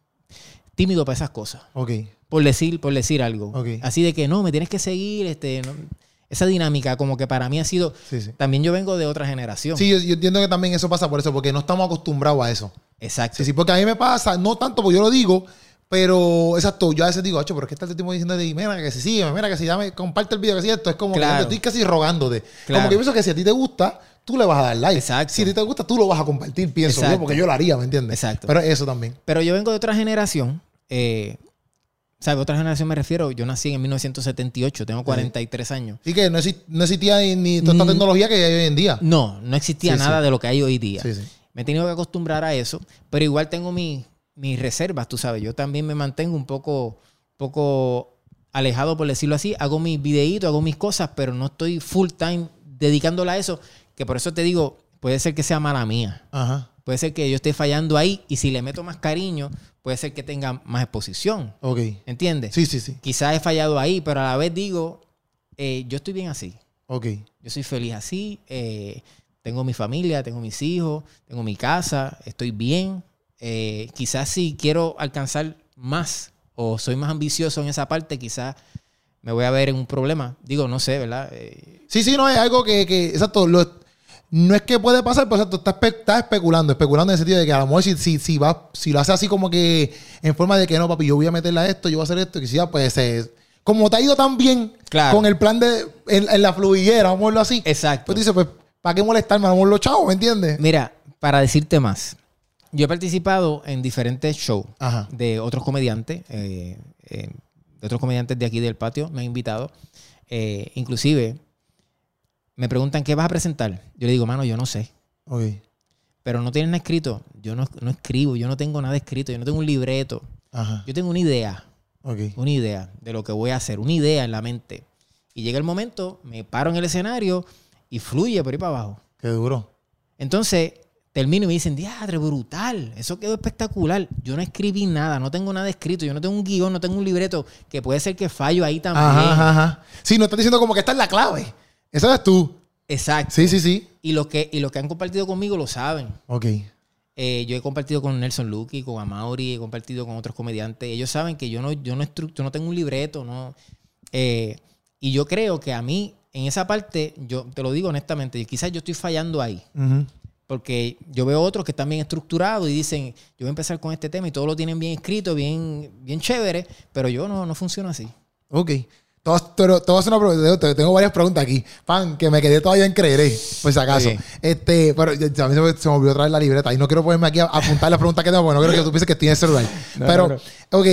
tímido para esas cosas. Ok. Por decir, por decir algo. Okay. Así de que no, me tienes que seguir, este, no. Esa dinámica como que para mí ha sido... Sí, sí. También yo vengo de otra generación. Sí, yo, yo entiendo que también eso pasa por eso, porque no estamos acostumbrados a eso. Exacto. Sí, sí, porque a mí me pasa, no tanto porque yo lo digo, pero exacto, yo a veces digo, ocho, pero es que está el tipo diciendo de mira que si sí, mira que si ya me comparte el video, que si esto, es como Claro. que yo estoy casi rogándote. Claro. Como que pienso que si a ti te gusta, tú le vas a dar like. Exacto. Si a ti te gusta, tú lo vas a compartir, pienso Exacto. yo, porque yo lo haría, ¿me entiendes? Exacto. Pero eso también. Pero yo vengo de otra generación. Eh, ¿Sabes? Otra generación me refiero. Yo nací en mil novecientos setenta y ocho. Tengo cuarenta y tres años. Y que no, exist- no existía ni, ni toda esta Mm. tecnología que hay hoy en día. No, no existía Sí, nada sí. de lo que hay hoy día. Sí, sí. Me he tenido que acostumbrar a eso. Pero igual tengo mi, mis reservas, tú sabes. Yo también me mantengo un poco, poco alejado, por decirlo así. Hago mis videitos, hago mis cosas, pero no estoy full time dedicándola a eso. Que por eso te digo, puede ser que sea mala mía. Ajá. Puede ser que yo esté fallando ahí y si le meto más cariño, puede ser que tenga más exposición. Ok. ¿Entiendes? Sí, sí, sí. Quizás he fallado ahí, pero a la vez digo, eh, yo estoy bien así. Ok. Yo soy feliz así. eh, tengo mi familia, tengo mis hijos, tengo mi casa, estoy bien. Eh, quizás si quiero alcanzar más o soy más ambicioso en esa parte, quizás me voy a ver en un problema. Digo, no sé, ¿verdad? Eh, Sí, sí, no, es algo que, que exacto, lo, no es que puede pasar, pero exacto, estás, espe- estás especulando, especulando en el sentido de que a lo mejor si, si, si, va, si lo hace así como que en forma de que no, papi, yo voy a meterle a esto, yo voy a hacer esto, y que si ya, pues, eh, como te ha ido tan bien Claro. con el plan de, en, en la fluidera, vamos a verlo así, exacto. pues dices, pues, ¿para qué molestarme? Vamos a los chavos, ¿me entiendes? Mira, para decirte más, yo he participado en diferentes shows Ajá. de otros comediantes, eh, eh, de otros comediantes de aquí del patio, me han invitado. Eh, inclusive, me preguntan, ¿qué vas a presentar? Yo le digo, mano, yo no sé. Ok. Pero no tienes nada escrito. Yo no, no escribo, yo no tengo nada escrito, yo no tengo un libreto. Ajá. Yo tengo una idea, Ok. una idea de lo que voy a hacer, una idea en la mente. Y llega el momento, me paro en el escenario y fluye por ahí para abajo. Qué duro. Entonces, termino y me dicen, diadre, brutal, eso quedó espectacular. Yo no escribí nada, no tengo nada escrito, yo no tengo un guión, no tengo un libreto, que puede ser que fallo ahí también. Ajá, ajá, ajá. Sí, no estás diciendo como que esta es la clave. Esa eres tú. Exacto. Sí, sí, sí. Y los que, y los que han compartido conmigo lo saben. Ok. Eh, yo he compartido con Nelson Lucky, con Amaury, he compartido con otros comediantes. Ellos saben que yo no, yo no, estru- yo no tengo un libreto, no. Eh, y yo creo que a mí, en esa parte, yo te lo digo honestamente, quizás yo estoy fallando ahí. Ujú. Porque yo veo otros que están bien estructurados y dicen, yo voy a empezar con este tema y todos lo tienen bien escrito, bien, bien chévere, pero yo no, no funciono así. Ok. Te vas, pero te voy a hacer una pregunta. te- Tengo varias preguntas aquí. Pan, que me quedé todavía en creeré, por si acaso. Ok. Este, pero ya- ya a mí se me, se me olvidó traer la libreta y no quiero ponerme aquí a, a apuntar las preguntas que tengo, porque no quiero que tú pienses que tienes celular. No, pero, no, ok.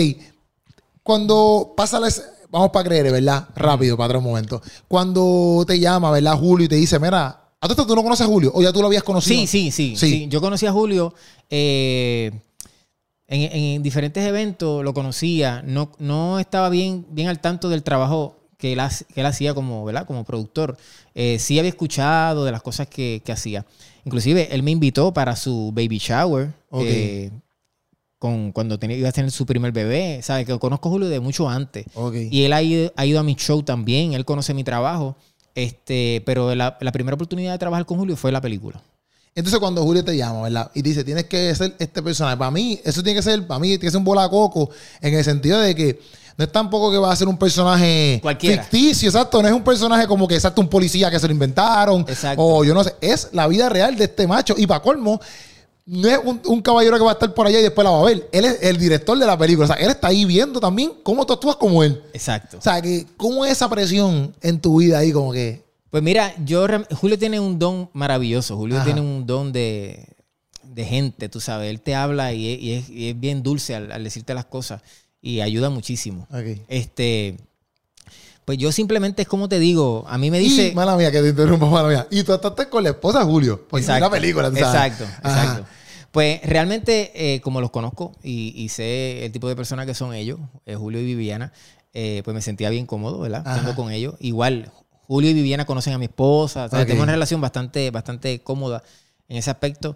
Cuando pasa las... Vamos para creer, ¿verdad? Rápido, para otro momento. Cuando te llama, ¿verdad? Julio y te dice, mira, ¿a todo esto tú no conoces a Julio? ¿O ya tú lo habías conocido? Sí, sí, sí. Sí. sí. Yo conocí a Julio eh, en, en diferentes eventos, lo conocía. No, no estaba bien, bien al tanto del trabajo que él, hac- que él hacía como, ¿verdad? Como productor. Eh, sí había escuchado de las cosas que, que hacía. Inclusive, él me invitó para su baby shower. Ok. eh, con, cuando tenía, iba a tener su primer bebé. ¿Sabes? Que conozco a Julio de mucho antes. Ok. Y él ha ido, ha ido a mi show también. Él conoce mi trabajo. Este, pero la, la primera oportunidad de trabajar con Julio fue la película. Entonces, cuando Julio te llama, ¿verdad? Y dice, tienes que ser este personaje. Para mí, eso tiene que ser, para mí, tiene que ser un bola coco en el sentido de que no es tampoco que va a ser un personaje Cualquiera. ficticio, exacto. No es un personaje como que, exacto, un policía que se lo inventaron. Exacto. O yo no sé. Es la vida real de este macho. Y para colmo, no es un, un caballero que va a estar por allá y después la va a ver. Él es el director de la película. O sea, él está ahí viendo también cómo tú actúas como él. Exacto. O sea, que cómo es esa presión en tu vida ahí como que... Pues mira, yo rem- Julio tiene un don maravilloso. Julio Ajá. tiene un don de, de gente, tú sabes. Él te habla y es, y es, y es bien dulce al, al decirte las cosas y ayuda muchísimo. Ok. Este, pues yo simplemente es como te digo, a mí me dice... Y, mala mía, que te interrumpa, mala mía. Y tú estás con la esposa de Julio. Pues en una película, tú sabes. Exacto, Ajá. exacto. Pues realmente, eh, como los conozco y, y sé el tipo de personas que son ellos, eh, Julio y Viviana, eh, pues me sentía bien cómodo, ¿verdad? Ajá. Estando con ellos. Igual, Julio y Viviana conocen a mi esposa. ¿Sabes? Ok. Tengo una relación bastante, bastante cómoda en ese aspecto.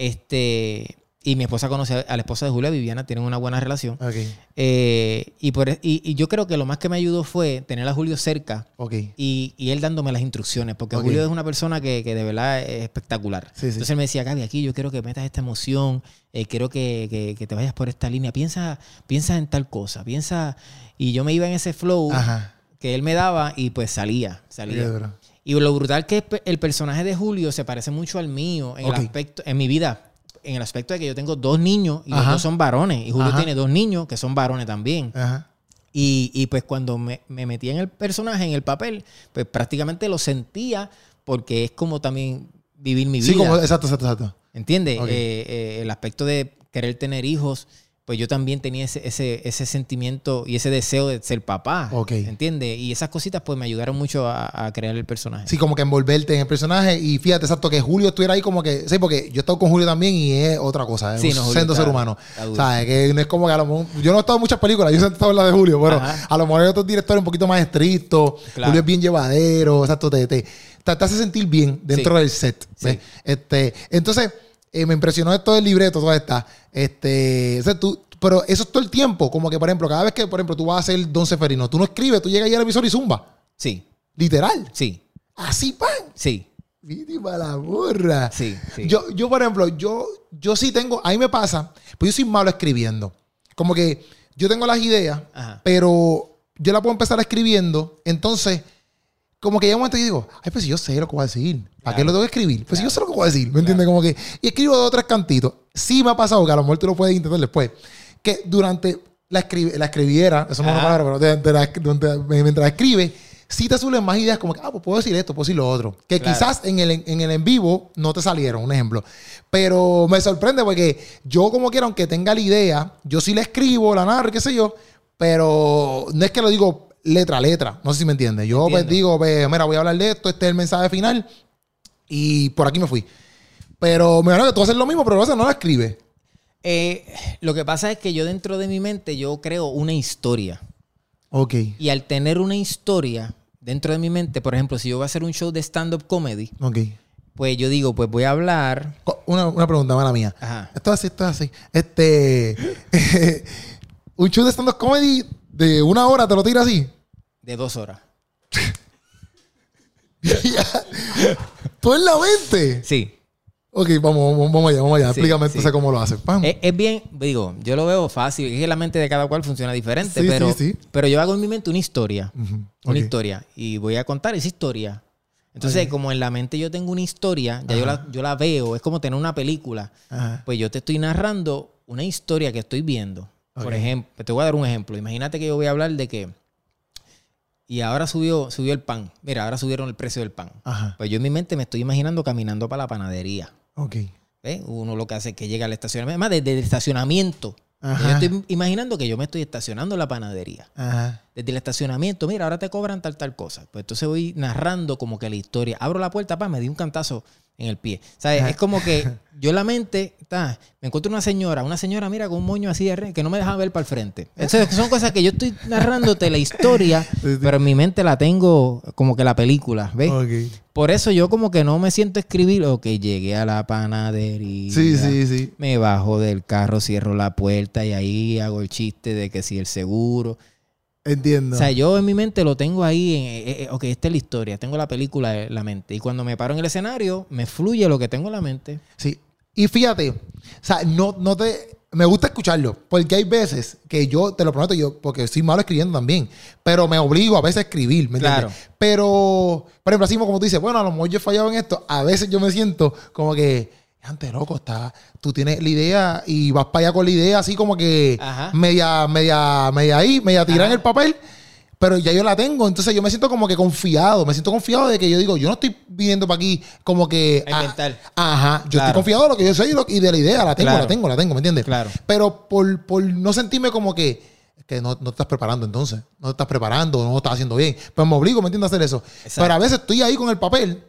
Este, y mi esposa conoce a la esposa de Julio, Viviana, tienen una buena relación. Ok. Eh, y, por, y, y yo creo que lo más que me ayudó fue tener a Julio cerca Ok. y, y él dándome las instrucciones, porque Ok. Julio es una persona que, que de verdad es espectacular. Sí, sí. Entonces él me decía, Gaby, aquí yo quiero que metas esta emoción, eh, quiero que, que, que te vayas por esta línea, piensa, piensa en tal cosa, piensa... Y yo me iba en ese flow Ajá. que él me daba y pues salía, Qué salía. duro. Y lo brutal que es pe- el personaje de Julio se parece mucho al mío en Ok. el aspecto, en mi vida en el aspecto de que yo tengo dos niños y Ajá. los dos son varones. Y Julio Ajá. tiene dos niños que son varones también. Ajá. Y, y pues cuando me, me metí en el personaje, en el papel, pues prácticamente lo sentía porque es como también vivir mi vida. Sí, como, exacto, exacto, exacto. ¿Entiendes? Okay. Eh, eh, el aspecto de querer tener hijos, pues yo también tenía ese, ese, ese sentimiento y ese deseo de ser papá. Ok. ¿Entiendes? Y esas cositas pues me ayudaron mucho a, a crear el personaje. Sí, como que envolverte en el personaje. Y fíjate, exacto, que Julio estuviera ahí como que... Sí, porque yo he estado con Julio también y es otra cosa. Es Sí, un no, Julio sendo está- ser humano. está duro. ¿Sabes? Que no es como que a lo mejor... Yo no he estado en muchas películas. Yo he estado en la de Julio. Pero Ajá. a lo mejor hay otros directores un poquito más estrictos. Claro. Julio es bien llevadero. Exacto, te, te, te, te hace sentir bien dentro Sí. del set. ¿ves? Sí. Este, entonces, eh, me impresionó esto del libreto, toda esta. Este, o sea, tú... Pero eso es todo el tiempo. Como que, por ejemplo, cada vez que, por ejemplo, tú vas a hacer Don Seferino, tú no escribes, tú llegas ahí al emisor y zumba. Sí, Literal. sí, Así, pan. sí, Viti para la burra. sí, sí. Yo, yo, por ejemplo, yo, yo sí tengo, a mí me pasa, pues yo soy malo escribiendo. Como que yo tengo las ideas, Ajá. pero yo la puedo empezar escribiendo. Entonces, como que llega un momento y digo, ay, pues si yo sé lo que voy a decir. ¿Para Claro. qué lo tengo que escribir? Pues si yo Claro. sé lo que voy a decir, ¿me entiendes? Como que, y escribo dos o tres cantitos. Sí me ha pasado, que a lo mejor tú lo puedes intentar después, que durante la, escri- la escribiera, eso no es una Ajá. palabra, pero durante la- durante- mientras escribe, sí te suelen más ideas como que, ah, pues puedo decir esto, puedo decir lo otro. Que Claro. quizás en el, en el en vivo no te salieron, un ejemplo. Pero me sorprende porque yo como quiera, aunque tenga la idea, yo sí la escribo, la narro, qué sé yo, pero no es que lo digo letra a letra. No sé si me entiendes. Yo pues Entiendo. digo, pues, mira, voy a hablar de esto, este es el mensaje final y por aquí me fui. Pero me imagino que tú haces lo mismo, pero a veces no la escribes. Eh, lo que pasa es que yo dentro de mi mente yo creo una historia. Ok. Y al tener una historia dentro de mi mente, por ejemplo, si yo voy a hacer un show de stand-up comedy, Ok. pues yo digo, pues voy a hablar... Co- Una, una pregunta, mala mía. Ajá. Esto es así, esto es así. Este. un show de stand-up comedy de una hora, te lo tira así. De dos horas. ¿Tú en la mente? Sí. Ok, vamos, vamos, vamos allá, vamos allá. Sí, Explícame sí. entonces cómo lo haces. Pam. Es, es bien, digo, yo lo veo fácil. Es que la mente de cada cual funciona diferente. Sí, pero, sí, sí. pero yo hago en mi mente una historia. Ujú, Una ok. historia. Y voy a contar esa historia. Entonces, Ok. como en la mente yo tengo una historia, ya yo la, yo la veo. Es como tener una película. Ajá. Pues yo te estoy narrando una historia que estoy viendo. Por Ok. ejemplo, te voy a dar un ejemplo. Imagínate que yo voy a hablar de que... Y ahora subió, subió el pan. Mira, ahora subieron el precio del pan. Ajá. Pues yo en mi mente me estoy imaginando caminando para la panadería. Ok. ¿Ves? Uno lo que hace es que llega al estacionamiento. Además, desde el estacionamiento. Ajá. Yo estoy imaginando que yo me estoy estacionando en la panadería. Ajá. Desde el estacionamiento, mira, ahora te cobran tal, tal cosa. Pues entonces voy narrando como que la historia. Abro la puerta, pa, me di un cantazo en el pie. ¿Sabes? Es como que yo en la mente, ta, me encuentro una señora, una señora, mira, con un moño así de re, que no me deja ver para el frente. Entonces, son cosas que yo estoy narrándote la historia, Sí, sí. pero en mi mente la tengo como que la película, ¿ves? Ok. Por eso yo como que no me siento a escribir, ok, llegué a la panadería. Sí, sí, sí. Me bajo del carro, cierro la puerta y ahí hago el chiste de que si el seguro. Entiendo. O sea, yo en mi mente lo tengo ahí, en, eh, eh, ok, esta es la historia, tengo la película en la mente. Y cuando me paro en el escenario, me fluye lo que tengo en la mente. Sí. Y fíjate, o sea, no, no te... Me gusta escucharlo, porque hay veces que yo, te lo prometo yo, porque soy malo escribiendo también, pero me obligo a veces a escribir, ¿me entiendes? Claro. Pero, por ejemplo, así como tú dices, bueno, a lo mejor yo he fallado en esto, a veces yo me siento como que, antes loco, está, tú tienes la idea y vas para allá con la idea así como que Ajá. media, media, media ahí, media tirada en Ajá. el papel. Pero ya yo la tengo, entonces yo me siento como que confiado. Me siento confiado de que yo digo, yo no estoy viniendo para aquí como que... A inventar. ah, ajá, yo Claro. estoy confiado de lo que yo soy y, lo- y de la idea. La tengo, Claro. la tengo, la tengo, ¿me entiendes? Claro. Pero por, por no sentirme como que... Que no, no te estás preparando entonces. No te estás preparando, no lo estás haciendo bien. Pues me obligo, ¿me entiendes? A hacer eso. Exacto. Pero a veces estoy ahí con el papel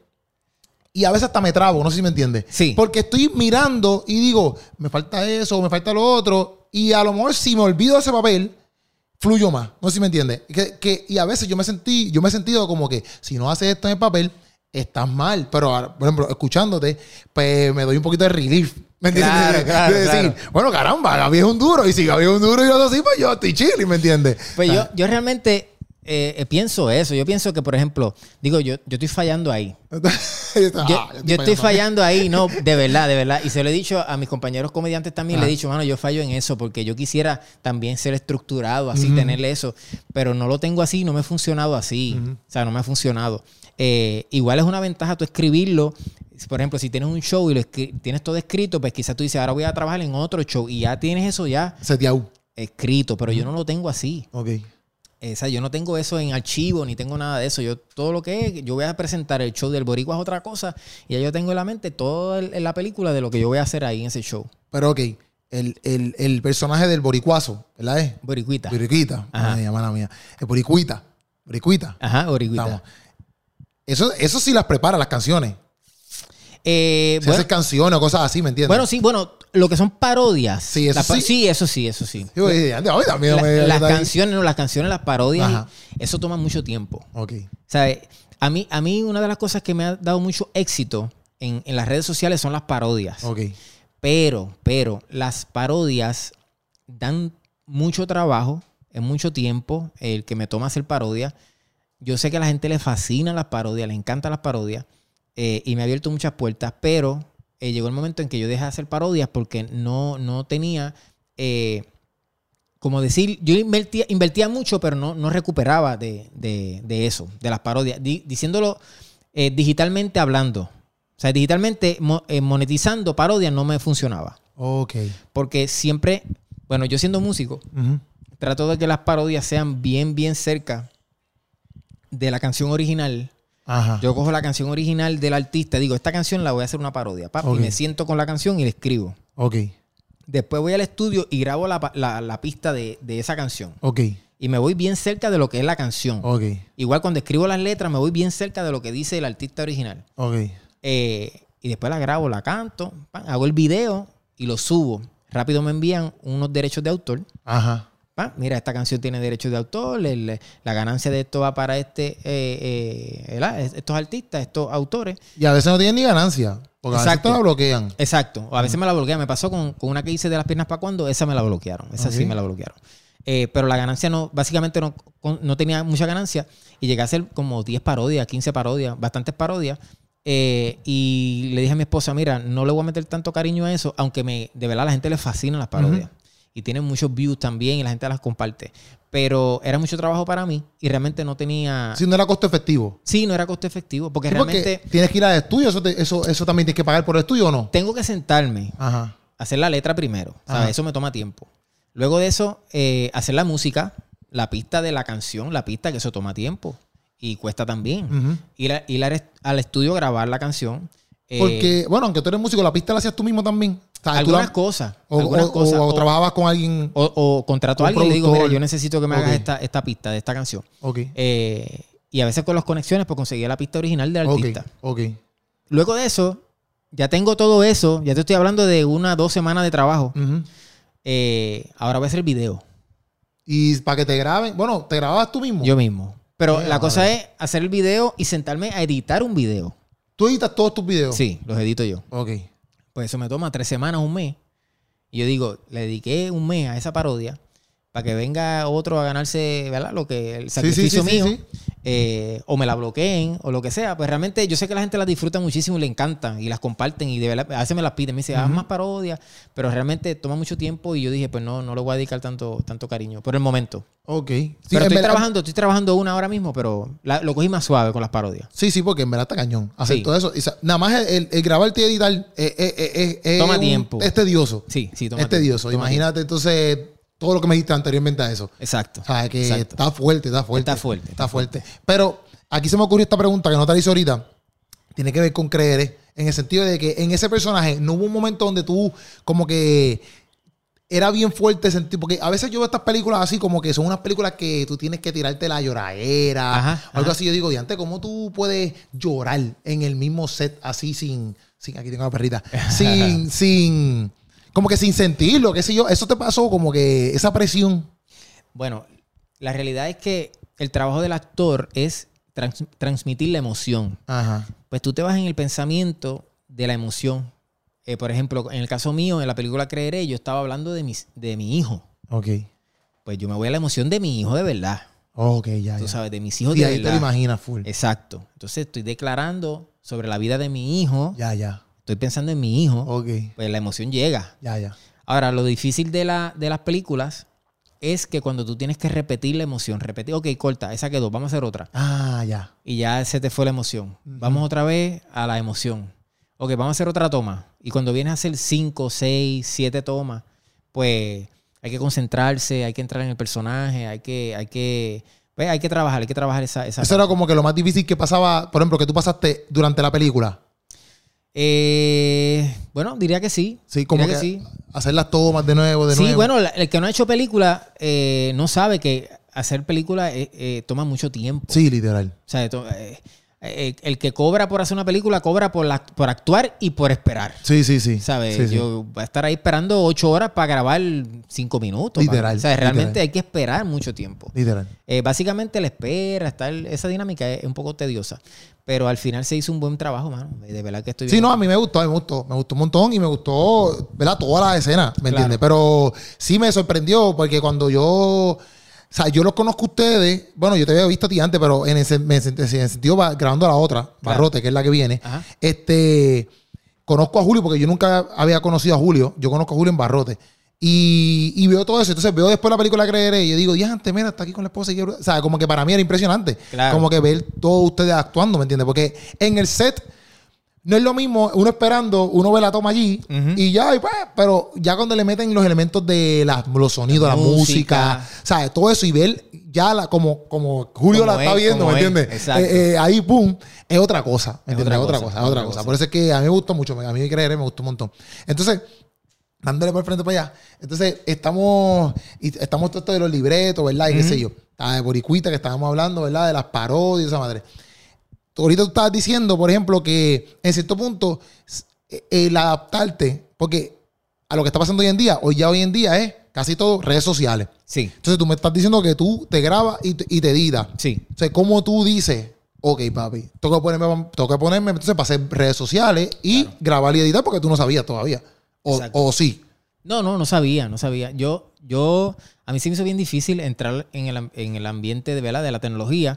y a veces hasta me trabo, no sé si me entiendes. Sí. Porque estoy mirando y digo, me falta eso, me falta lo otro. Y a lo mejor si me olvido de ese papel, fluyo más. No sé si me entiendes. Que, que, y a veces yo me sentí, yo me he sentido como que si no haces esto en el papel, estás mal. Pero, ahora, por ejemplo, escuchándote, pues me doy un poquito de relief. ¿Me entiendes? Claro, De- claro, de decir, claro. bueno, caramba, Gaby es un duro. Y si Gaby es un duro y yo así, pues yo estoy chill, ¿me entiendes? Pues Ah, yo, yo realmente eh, eh, pienso eso. Yo pienso que, por ejemplo, digo, yo, yo estoy fallando ahí. ah, Yo, yo estoy fallando ahí, no, de verdad, de verdad. Y se lo he dicho a mis compañeros comediantes también, Ajá. le he dicho, mano, yo fallo en eso porque yo quisiera también ser estructurado, así, Ujú. tenerle eso. Pero no lo tengo así, no me ha funcionado así. Ujú. O sea, no me ha funcionado. Eh, igual es una ventaja tú escribirlo por ejemplo, si tienes un show y lo tienes todo escrito, pues quizás tú dices, ahora voy a trabajar en otro show y ya tienes eso ya seteado, escrito, pero uh-huh. yo no lo tengo así. Ok. O sea, yo no tengo eso en archivo, ni tengo nada de eso. Yo todo lo que es, yo voy a presentar el show del Boricua es otra cosa y ya yo tengo en la mente todo el, en la película de lo que yo voy a hacer ahí en ese show. Pero ok, el, el, el personaje del boricuazo, ¿verdad? Es? Boricuita. Boricuita. Ajá. Mía, mala mía. El boricuita. Boricuita. Ajá, boricuita. Eso, eso sí las prepara, las canciones. Eh, Se bueno, hacen canciones o cosas así, ¿me entiendes? Bueno, sí, bueno, lo que son parodias. Sí, eso pa- sí. Sí, eso sí, eso sí. Yo, Sí. a mí también La- me- las me- canciones, no, las canciones, las parodias, Ajá. eso toma mucho tiempo. Ok. ¿Sabes? A mí, a mí una de las cosas que me ha dado mucho éxito en, en las redes sociales son las parodias. Ok. Pero, pero, las parodias dan mucho trabajo, en mucho tiempo, el que me toma hacer parodia. Yo sé que a la gente le fascinan las parodias, le encantan las parodias, eh, y me ha abierto muchas puertas, pero eh, llegó el momento en que yo dejé de hacer parodias porque no, no tenía, eh, como decir, yo invertía, invertía mucho, pero no, no recuperaba de, de, de eso, de las parodias, Di, diciéndolo eh, digitalmente hablando. O sea, digitalmente mo, eh, monetizando parodias no me funcionaba. Ok. Porque siempre, bueno, yo siendo músico, Uh-huh. trato de que las parodias sean bien, bien cerca de la canción original. Ajá. Yo cojo la canción original del artista, digo, esta canción la voy a hacer una parodia, papi, Ok. y me siento con la canción y la escribo. Ok. Después voy al estudio y grabo la, la, la pista de, de esa canción. Ok. Y me voy bien cerca de lo que es la canción. Ok. Igual cuando escribo las letras, me voy bien cerca de lo que dice el artista original. Ok. Eh, y después la grabo, la canto, pan, hago el video y lo subo. Rápido me envían unos derechos de autor. Ajá. Ah, mira, esta canción tiene derechos de autor, el, la ganancia de esto va para este, eh, eh, estos artistas, estos autores. Y a veces no tienen ni ganancia. Porque a veces te la bloquean. Exacto. O a veces me la bloquean. Me pasó con, con una que hice de las piernas para cuando, esa me la bloquearon. Esa Ok. sí me la bloquearon. Eh, pero la ganancia no, básicamente no, no tenía mucha ganancia. Y llegué a hacer como diez parodias, quince parodias, bastantes parodias. Eh, y le dije a mi esposa, mira, no le voy a meter tanto cariño a eso, aunque me, de verdad a la gente le fascinan las parodias. Uh-huh. Y tienen muchos views también y la gente las comparte. Pero era mucho trabajo para mí y realmente no tenía... Sí, no era costo efectivo. Sí, no era costo efectivo. Porque Sí, realmente... Porque tienes que ir al estudio. Eso, te, eso, eso también tienes que pagar por el estudio, ¿o no? Tengo que sentarme, Ajá. hacer la letra primero. ¿Sabes? Eso me toma tiempo. Luego de eso, eh, hacer la música, la pista de la canción, la pista, que eso toma tiempo. Y cuesta también. Uh-huh. Ir, a, ir a, al estudio a grabar la canción. Eh, Porque, bueno, aunque tú eres músico, la pista la hacías tú mismo también. O sea, algunas la, cosas. O, algunas o, cosas. O, o, o trabajabas con alguien. O, o contrato a alguien y le digo, mira, yo necesito que me okay. hagas esta, esta pista de esta canción. Okay. Eh, y a veces con las conexiones, pues conseguía la pista original del artista. Okay. Okay. Luego de eso, ya tengo todo eso. Ya te estoy hablando de una dos semanas de trabajo. Uh-huh. Eh, ahora voy a hacer el video. Y para que te graben, bueno, ¿te grababas tú mismo? Yo mismo. Pero yeah, la cosa madre. es hacer el video y sentarme a editar un video. ¿Tú editas todos tus videos? Sí, los edito yo. Ok. Pues eso me toma tres semanas, un mes. Y yo digo, le dediqué un mes a esa parodia para que venga otro a ganarse, ¿verdad? Lo que el sacrificio sí, sí, mío. Sí, sí. Eh, o me la bloqueen o lo que sea. Pues realmente yo sé que la gente las disfruta muchísimo y le encantan y las comparten y de verdad, a veces me las piden. Me dicen, haz uh-huh. más parodias. Pero realmente toma mucho tiempo y yo dije, pues no, no le voy a dedicar tanto, tanto cariño por el momento. Ok. Sí, pero estoy trabajando, estoy trabajando una ahora mismo, pero la, lo cogí más suave con las parodias. Sí, sí, porque en verdad está cañón hacer sí. todo eso. Y, nada más el, el, el grabarte y editar eh, eh, eh, eh, toma un, tiempo. Es tedioso. Sí, sí, toma Es tedioso. Tiempo. Imagínate tiempo. entonces todo lo que me dijiste anteriormente a eso. Exacto. O sea, que exacto. está fuerte, está fuerte. Está fuerte. Está, está fuerte. fuerte. Pero aquí se me ocurrió esta pregunta que no te la hice ahorita. Tiene que ver con creer, en el sentido de que en ese personaje no hubo un momento donde tú como que era bien fuerte sentir, porque a veces yo veo estas películas así como que son unas películas que tú tienes que tirarte la lloradera, ajá, algo ajá. así. Yo digo, diante, ¿cómo tú puedes llorar en el mismo set así sin, sin aquí tengo la perrita, sin, sin, como que sin sentirlo, qué sé yo? Eso te pasó como que esa presión. Bueno, la realidad es que el trabajo del actor es trans- transmitir la emoción. Ajá. Pues tú te vas en el pensamiento de la emoción. Eh, por ejemplo, en el caso mío, en la película Creeré, yo estaba hablando de, mis, de mi hijo. Ok. Pues yo me voy a la emoción de mi hijo de verdad. Ok, ya, Tú ya. sabes, de mis hijos Sí, de ahí verdad. te lo imaginas full. Exacto. Entonces estoy declarando sobre la vida de mi hijo. Ya, ya. Estoy pensando en mi hijo. Ok. Pues la emoción llega. Ya, ya. Ahora, lo difícil de, la, de las películas es que cuando tú tienes que repetir la emoción, repetir, ok, corta, esa quedó, vamos a hacer otra. Ah, ya. Y ya se te fue la emoción. Uh-huh. Vamos otra vez a la emoción. ok, vamos a hacer otra toma. Y cuando vienes a hacer cinco, seis, siete tomas, pues hay que concentrarse, hay que entrar en el personaje, hay que, hay que, pues, hay que trabajar, hay que trabajar esa, esa Eso parte. Era como que lo más difícil que pasaba, por ejemplo, que tú pasaste durante la película. Eh, bueno, diría que sí. Sí, como que, que sí. Hacer las tomas de nuevo, de sí, nuevo. Sí, bueno, el que no ha hecho película eh, no sabe que hacer película eh, eh, toma mucho tiempo. Sí, literal. O sea, eh, eh, el que cobra por hacer una película cobra por, la, por actuar y por esperar. Sí, sí, sí. ¿Sabes? Sí, Yo sí. voy a estar ahí esperando ocho horas para grabar cinco minutos. Literal. Para, o sea, realmente literal. hay que esperar mucho tiempo. Literal. Eh, básicamente la espera, estar, esa dinámica es un poco tediosa. Pero al final se hizo un buen trabajo, mano. De verdad que estoy bien. Sí, no, a mí me gustó, a mí me gustó. Me gustó un montón y me gustó, ¿verdad? Todas las escenas, ¿me claro. entiendes? Pero sí me sorprendió porque cuando yo... O sea, yo los conozco a ustedes. Bueno, yo te había visto a ti antes, pero en ese, en ese sentido, grabando la otra, claro. Barrote, que es la que viene. Ajá. Este... Conozco a Julio porque yo nunca había conocido a Julio. Yo conozco a Julio en Barrote. Y, y veo todo eso. Entonces veo después la película Creeré y yo digo, diante, mira, está aquí con la esposa. Y, o sea, como que para mí era impresionante. Claro. Como que ver todos ustedes actuando, ¿me entiendes? Porque en el set no es lo mismo uno esperando, uno ve la toma allí uh-huh. y ya, y pues, pero ya cuando le meten los elementos de la, los sonidos, la, la música, música, ¿sabes? Todo eso y ver ya la, como, como Julio como la está es, viendo, ¿me entiendes? Eh, eh, ahí, pum, es otra cosa, ¿me entiendes? Es otra cosa, es otra cosa. cosa. Por eso es que a mí me gustó mucho, a mí Creeré me gustó un montón. Entonces... dándole por el frente para allá. Entonces, estamos y estamos todo esto de los libretos, ¿verdad? Y uh-huh. qué sé yo. Estaba de Boricuita que estábamos hablando, ¿verdad? De las parodias, esa madre. Ahorita tú estabas diciendo, por ejemplo, que en cierto punto el adaptarte, porque a lo que está pasando hoy en día, hoy ya hoy en día es casi todo redes sociales. Sí. Entonces, tú me estás diciendo que tú te grabas y te, y te editas. Sí. O sea, ¿cómo tú dices? Ok, papi, tengo que ponerme, tengo que ponerme entonces para hacer redes sociales y claro. grabar y editar porque tú no sabías todavía. O, o sí. No, no, no sabía, no sabía. Yo, yo, a mí se me hizo bien difícil entrar en el, en el ambiente de, ¿verdad? de la tecnología.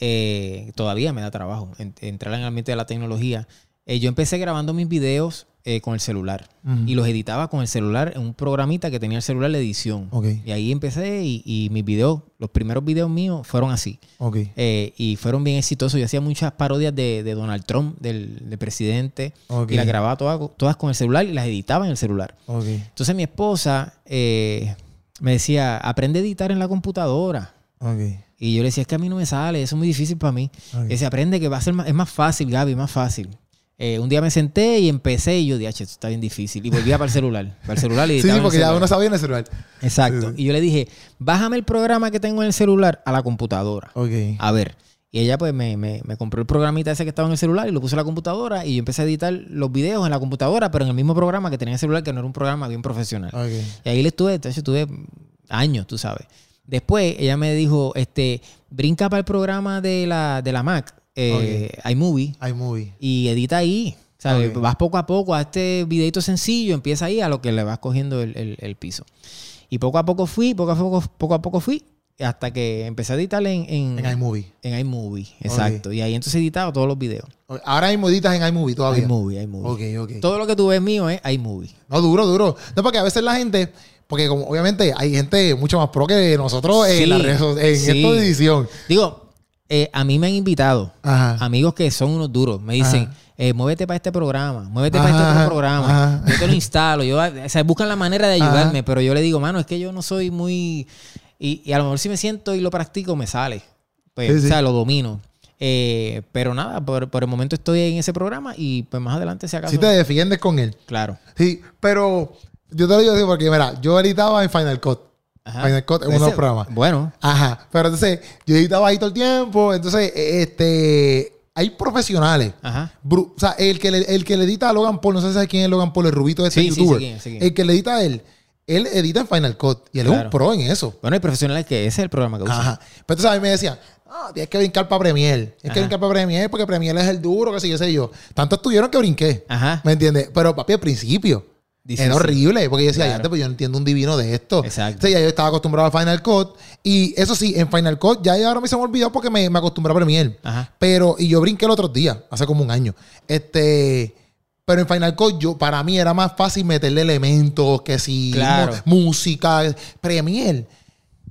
Eh, todavía me da trabajo en, entrar en el ambiente de la tecnología. Eh, yo empecé grabando mis videos eh, con el celular. Uh-huh. Y los editaba con el celular en un programita que tenía el celular de edición. Okay. Y ahí empecé y, y mis videos, los primeros videos míos fueron así. Okay. Eh, y fueron bien exitosos. Yo hacía muchas parodias de, de Donald Trump, del, del presidente. Okay. Y las grababa todas, todas con el celular y las editaba en el celular. Okay. Entonces mi esposa eh, me decía, aprende a editar en la computadora. Okay. Y yo le decía, es que a mí no me sale, eso es muy difícil para mí. Okay. Ese aprende que va a ser más, es más fácil, Gaby, más fácil. Eh, un día me senté y empecé y yo dije, esto está bien difícil. Y volvía para el celular. Para el celular y sí, sí, porque ya uno sabía en el celular. Exacto. Sí, sí. Y yo le dije, bájame el programa que tengo en el celular a la computadora. Ok. A ver. Y ella pues me, me, me compró el programita ese que estaba en el celular y lo puse en la computadora y yo empecé a editar los videos en la computadora, pero en el mismo programa que tenía en el celular, que no era un programa bien profesional. Okay. Y ahí le estuve, entonces estuve años, tú sabes. Después ella me dijo, este, brinca para el programa de la, de la Mac. Eh, okay. iMovie. iMovie. Y edita ahí. ¿Sabes? Okay. Vas poco a poco a este videito sencillo, empieza ahí a lo que le vas cogiendo el, el, el piso. Y poco a poco fui, poco a poco, poco a poco fui, hasta que empecé a editar en, en, en iMovie. En iMovie, exacto. Okay. Y ahí entonces he editado todos los videos. Okay. Ahora mismo editas en iMovie todavía. iMovie, iMovie. Ok, ok. Todo lo que tú ves mío es iMovie. No, duro, duro. No, porque a veces la gente... Porque como obviamente hay gente mucho más pro que nosotros sí, en, la red, en sí. esta edición. Digo, eh, a mí me han invitado Ajá. amigos que son unos duros. Me dicen, eh, muévete para este programa, muévete ajá, para este otro programa. Ajá. Yo te lo instalo. Yo, o sea, buscan la manera de ayudarme, ajá. pero yo le digo, mano, es que yo no soy muy... Y, y a lo mejor si me siento y lo practico, me sale. Pues, sí, sí. O sea, lo domino. Eh, pero nada, por, por el momento estoy en ese programa y pues más adelante se acaso... Si te defiendes con él. Claro. Sí, pero... Yo te lo digo así porque, mira, yo editaba en Final Cut. Ajá. Final Cut en uno de los programas. Bueno. Ajá. Pero entonces, yo editaba ahí todo el tiempo. Entonces, este... Hay profesionales. Ajá. Bru- o sea, el que, le, el que le edita a Logan Paul, no sé si sabes quién es Logan Paul, el rubito de ese sí, youtuber. Sí, sí, sí, sí. El que le edita a él, él edita en Final Cut. Y él claro. es un pro en eso. Bueno, hay profesionales que ese es el programa que usan. Ajá. Pero entonces a mí me decían, ah, tienes que brincar para Premiere. Tienes Ajá. que brincar para Premiere porque Premiere es el duro, que sé yo, sé yo. Tanto estuvieron que brinqué. Ajá. ¿Me entiendes? Pero papi, al principio... Difícil. Era horrible, porque yo decía, claro. ya, pues yo no entiendo un divino de esto. Exacto. Entonces, ya yo estaba acostumbrado a Final Cut. Y eso sí, en Final Cut ya ahora me se me olvidó porque me, me acostumbré a Premiere. Ajá. Pero, y yo brinqué el otro día, hace como un año. Este, pero en Final Cut, yo, para mí era más fácil meterle elementos, que si claro. música, Premiere.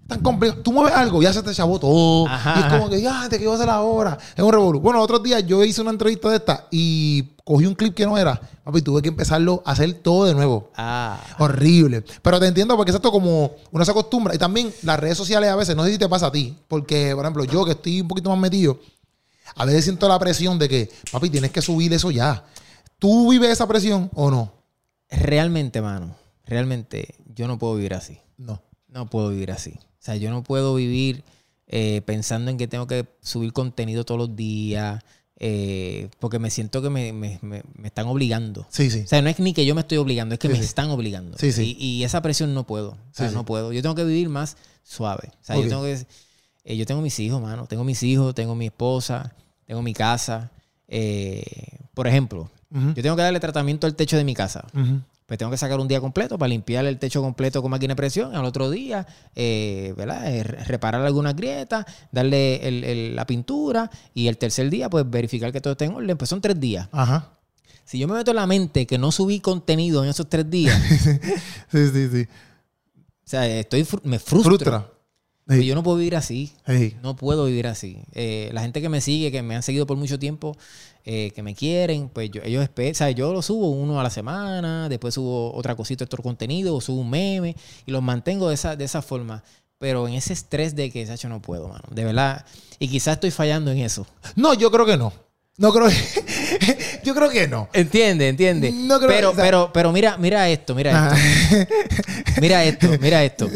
tan complejo. Tú mueves algo, ya se te chavó todo. Ajá, y es como ajá. que, ya, te quiero hacer ahora. Es un revolú. Bueno, otros días yo hice una entrevista de esta y cogí un clip que no era. Papi, tuve que empezarlo a hacer todo de nuevo. Ah. Horrible. Pero te entiendo porque es esto como uno se acostumbra. Y también las redes sociales a veces, no sé si te pasa a ti. Porque, por ejemplo, yo que estoy un poquito más metido, a veces siento la presión de que, papi, tienes que subir eso ya. ¿Tú vives esa presión o no? Realmente, mano, realmente yo no puedo vivir así. No. No puedo vivir así. O sea, yo no puedo vivir eh, pensando en que tengo que subir contenido todos los días, eh, porque me siento que me, me, me, me están obligando. Sí, sí. O sea, no es ni que yo me estoy obligando, es que Sí, me sí. están obligando. Sí, sí. Y, y esa presión no puedo. O sea, Sí, sí. no puedo. Yo tengo que vivir más suave. O sea, Ok. yo tengo que... eh, yo tengo mis hijos, mano. Tengo mis hijos, tengo mi esposa, tengo mi casa. Eh, por ejemplo, Uh-huh. yo tengo que darle tratamiento al techo de mi casa. Uh-huh. Pues tengo que sacar un día completo para limpiar el techo completo con máquina de presión. Al otro día, eh, ¿verdad? Eh, reparar algunas grietas, darle el, el, la pintura. Y el tercer día, pues verificar que todo esté en orden. Pues son tres días. Ajá. Si yo me meto en la mente que no subí contenido en esos tres días, Sí, sí, sí. o sea, estoy, fru- me frustro. Frustra. Pues Sí. yo no puedo vivir así. Sí. No puedo vivir así. Eh, la gente que me sigue, que me han seguido por mucho tiempo, eh, que me quieren, pues yo, ellos esperan. O sea, yo lo subo uno a la semana, después subo otra cosita, otro contenido, o subo un meme y los mantengo de esa, de esa forma. Pero en ese estrés de que, Sacho, no puedo, mano. De verdad. Y quizás estoy fallando en eso. No, yo creo que no. No creo que... yo creo que no. Entiende, entiende. No creo pero, que- o sea- pero, pero mira, mira esto, mira Ajá. esto. Mira esto, mira esto.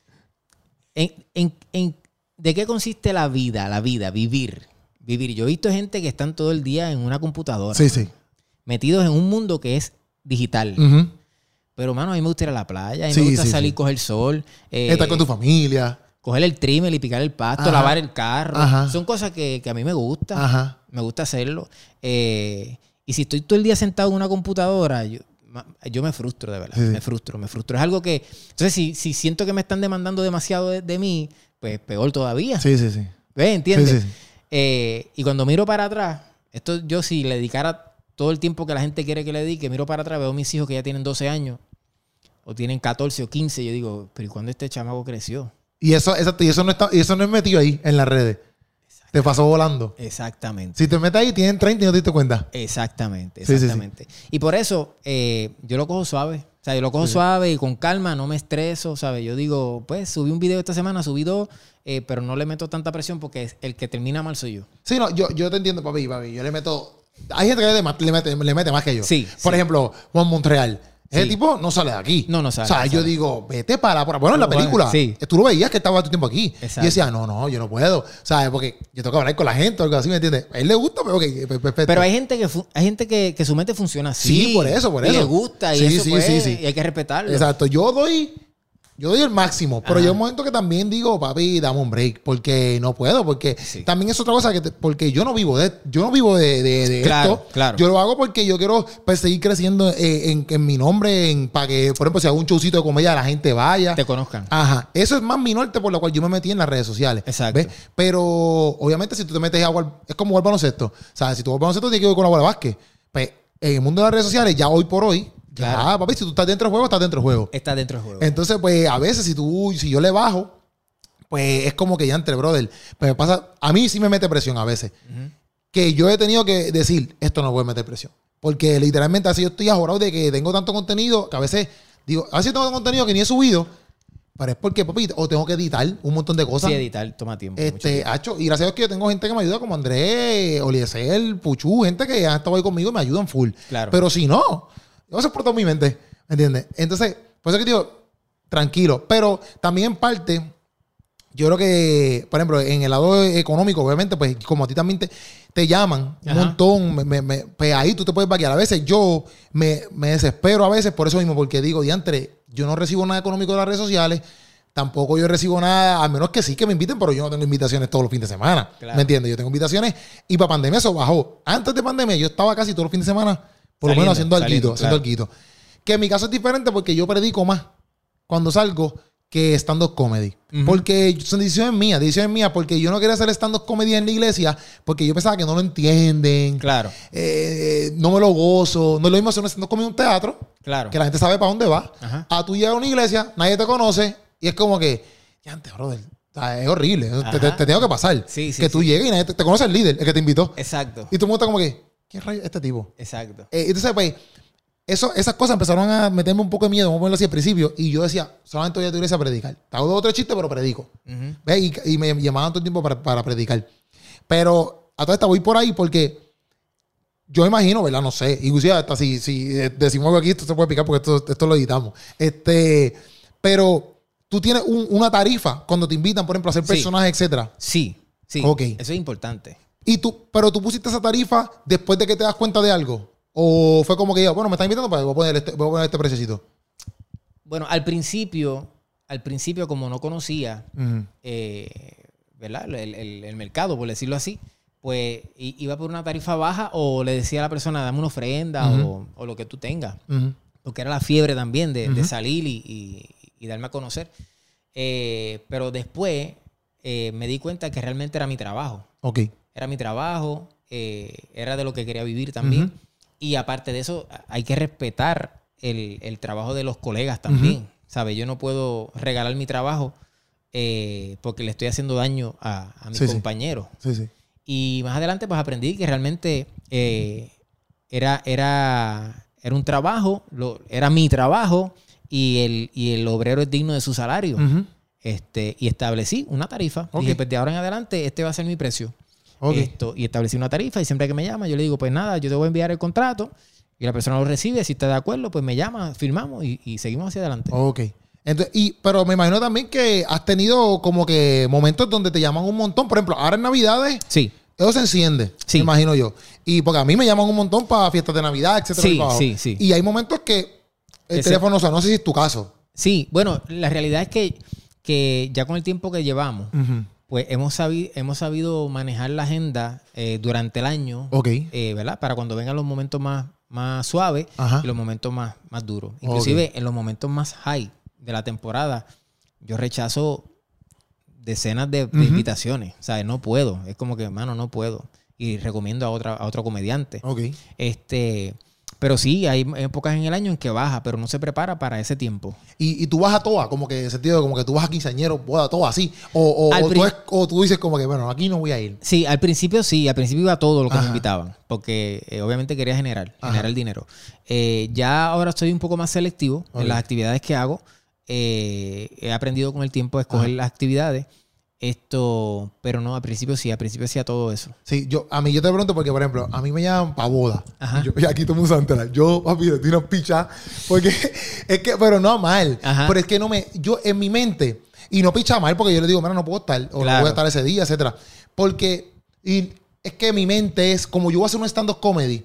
En, en, en, ¿De qué consiste la vida? La vida, vivir. Vivir. Yo he visto gente que están todo el día en una computadora. Sí, sí. Metidos en un mundo que es digital. Uh-huh. Pero, mano, a mí me gusta ir a la playa. A mí Sí, me gusta sí, salir, sí. coger sol. eh, Estar con tu familia. coger el trimmer y picar el pasto, Ajá. lavar el carro. Ajá. Son cosas que, que a mí me gustan. Ajá. Me gusta hacerlo. Eh, y si estoy todo el día sentado en una computadora, yo, ma- yo me frustro, de verdad. Sí, sí. Me frustro, me frustro. Es algo que... Entonces, si, si siento que me están demandando demasiado de, de mí, pues peor todavía. Sí, sí, sí. ¿Ves? ¿Entiendes? Sí, sí, sí. Eh, y cuando miro para atrás, esto yo si le dedicara todo el tiempo que la gente quiere que le dedique, miro para atrás, veo a mis hijos que ya tienen doce años, o tienen catorce o quince, yo digo, pero ¿y cuándo este chamaco creció? Y eso, exacto, y eso no está, y eso no es metido ahí en las redes. Te pasó volando. Exactamente. Si te metes ahí, tienen treinta y no te diste cuenta. Exactamente, Sí, sí, sí. exactamente. Y por eso eh, yo lo cojo suave. O sea, yo lo cojo Sí, sí. suave y con calma, no me estreso, ¿sabes? Yo digo, pues subí un video esta semana, subí dos, eh, pero no le meto tanta presión porque es- el que termina mal soy yo. Sí, no, yo, yo te entiendo, papi, papi. Yo le meto... Hay gente que le, le mete, le mete más que yo. Sí, Por sí. ejemplo, Juan Montreal. Ese Sí. tipo no sale de aquí. No, no sale, O sea, no yo sale. digo, vete para... para bueno, en la Bueno, película. sí. Tú lo veías que estaba tu tiempo aquí. Exacto. Y yo decía, no, no, yo no puedo. ¿Sabes? Porque yo tengo que hablar con la gente o algo así, ¿me entiendes? A él le gusta, pero ok, perfecto. Pero hay gente que fu- hay gente que, que su mente funciona así. Sí, por eso, por y eso. le gusta y Sí, eso sí, pues, sí, sí. y hay que respetarlo. Exacto. Yo doy... Yo doy el máximo, pero Ajá. llega un momento que también digo, papi, dame un break, porque no puedo, porque Sí. también es otra cosa que te- porque yo no vivo de yo no vivo de, de- de Claro, esto. claro. Yo lo hago porque yo quiero pues, seguir creciendo eh, en, en mi nombre, en, para que, por ejemplo, si hago un showcito de comedia, la gente vaya. Te conozcan. Ajá. Eso es más mi norte por lo cual yo me metí en las redes sociales. Exacto. ¿Ves? Pero obviamente si tú te metes a jugar, es como jugar baloncesto. O sea, si tú juegas baloncesto tienes que ir con la bola de básquet. Pues en el mundo de las redes sociales, ya hoy por hoy, Claro. ya, papi, si tú estás dentro del juego, estás dentro del juego. Está dentro del juego. Entonces, pues, a veces si tú, si yo le bajo, pues es como que ya entre, brother. Pues me pasa, a mí sí me mete presión a veces. Ujú. Que yo he tenido que decir, esto no puede meter presión. Porque literalmente así yo estoy ajorado de que tengo tanto contenido que a veces digo, a veces tengo contenido que ni he subido, pero es porque, papi, o tengo que editar un montón de cosas. Sí, editar toma tiempo. mucho Este, tiempo. hacho, y gracias a Dios que yo tengo gente que me ayuda, como Andrés, Oliezer, Puchu, gente que ha estado ahí conmigo y me ayudan full. Claro. Pero si no, yo se por toda mi mente, ¿me entiendes? Entonces, por eso que digo, tranquilo. Pero también en parte, yo creo que, por ejemplo, en el lado económico, obviamente, pues como a ti también te, te llaman un Ajá. montón, me, me- me- pues ahí tú te puedes vaquear. A veces yo me, me desespero a veces por eso mismo, porque digo, diantre, yo no recibo nada económico de las redes sociales, tampoco yo recibo nada, a menos que sí que me inviten, pero yo no tengo invitaciones todos los fines de semana. Claro. ¿Me entiendes? Yo tengo invitaciones y para pandemia eso bajó. Antes de pandemia yo estaba casi todos los fines de semana, por lo Saliendo, menos haciendo saliendo, alguito, haciendo claro. alguito. Que en mi caso es diferente porque yo predico más cuando salgo que stand-up comedy. Ujú. Porque son decisiones mías, decisiones mías, porque yo no quería hacer stand-up comedy en la iglesia porque yo pensaba que no lo entienden. Claro, eh, no me lo gozo. No es lo mismo hacer un stand-up comedy en un teatro, claro. que la gente sabe para dónde va. Ajá. A tú llegas a una iglesia, nadie te conoce y es como que, ya antes, brother. O sea, es horrible. Te, te, te tengo que pasar. Sí, sí, que tú sí. llegues y nadie te, te conoce el líder, el que te invitó. Exacto. Y tú me estás como que, ¿qué rayo es este tipo? Exacto. Eh, entonces, pues, eso, esas cosas empezaron a meterme un poco de miedo, vamos a ponerlo así al principio. Y yo decía, solamente voy a tu iglesia a predicar. Te hago dos o tres chistes, pero predico. Uh-huh. ¿Ves? Y, y me llamaban todo el tiempo para, para predicar. Pero a toda esta voy por ahí porque yo imagino, ¿verdad? No sé. Inclusive hasta si, si decimos algo aquí, esto se puede picar porque esto, esto lo editamos. Este, pero tú tienes un, una tarifa cuando te invitan, por ejemplo, a hacer Sí. personajes, etcétera. Sí, sí. Ok. Eso es importante. Y tú, pero tú pusiste esa tarifa después de que te das cuenta de algo. O fue como que yo, bueno, me están invitando para voy a poner este, voy a poner este preciosito. Bueno, al principio, al principio, como no conocía, Uh-huh. eh, ¿verdad? El, el, el mercado, por decirlo así, pues i- iba por una tarifa baja o le decía a la persona, dame una ofrenda Uh-huh. o, o lo que tú tengas. Uh-huh. Porque era la fiebre también de, Uh-huh. de salir y, y, y darme a conocer. Eh, pero después eh, me di cuenta que realmente era mi trabajo. Ok. Era mi trabajo, eh, era de lo que quería vivir también. Uh-huh. Y aparte de eso, hay que respetar el, el trabajo de los colegas también. Uh-huh. ¿Sabes? Yo no puedo regalar mi trabajo eh, porque le estoy haciendo daño a, a mis Sí, sí. compañeros. Sí, sí. Y más adelante pues aprendí que realmente eh, era, era, era un trabajo, lo, era mi trabajo y el, y el obrero es digno de su salario. Uh-huh. Este, y establecí una tarifa. Ok. Dije, pues de ahora en adelante este va a ser mi precio. Ok. Esto, y establecí una tarifa y siempre que me llama yo le digo, pues nada, yo te voy a enviar el contrato y la persona lo recibe, si está de acuerdo, pues me llama, firmamos y, y seguimos hacia adelante. Ok. Entonces, y, pero me imagino también que has tenido como que momentos donde te llaman un montón. Por ejemplo, ahora en Navidades, Sí, eso se enciende, Sí. me imagino yo. Y porque a mí me llaman un montón para fiestas de Navidad, etcétera. Sí, y para abajo. sí, sí. Y hay momentos que el Ese- teléfono, o sea, no sé si es tu caso. sí, bueno, la realidad es que, que ya con el tiempo que llevamos, Uh-huh. pues hemos sabido, hemos sabido manejar la agenda eh, durante el año, Ok. eh, ¿verdad? Para cuando vengan los momentos más, más suaves Ajá. y los momentos más, más duros. Inclusive en los momentos más high de la temporada, yo rechazo decenas de, de Ujú. invitaciones. O sea, no puedo. Es como que, hermano, no puedo. Y recomiendo a, otra, a otro comediante. Ok. Este, pero sí, hay épocas en el año en que baja, pero no se prepara para ese tiempo. Y, y tú vas a toa, como que en el sentido de como que tú vas a quinceañero, boda, todo así. O, o, Al o, tú pri- es- o tú dices como que, bueno, aquí no voy a ir. Sí, al principio sí, al principio iba todo lo que Ajá. me invitaban, porque eh, obviamente quería generar, Ajá. generar dinero. Eh, ya ahora estoy un poco más selectivo Ok. en las actividades que hago. Eh, he aprendido con el tiempo a escoger Ajá. las actividades. Esto, pero no, al principio sí, al principio hacía todo eso. Sí, yo, a mí yo te pregunto porque, por ejemplo, a mí me llaman para boda. Ajá. Y, yo- y aquí todo el mundo se va a enterar. Yo, papi, estoy una picha. Porque es que, pero no mal. Ajá. Pero es que no me, yo en mi mente, y no picha mal porque yo le digo, mira, no puedo estar, o no Claro. voy a estar ese día, etcétera. Porque, y es que mi mente es, como yo voy a hacer un stand-up comedy,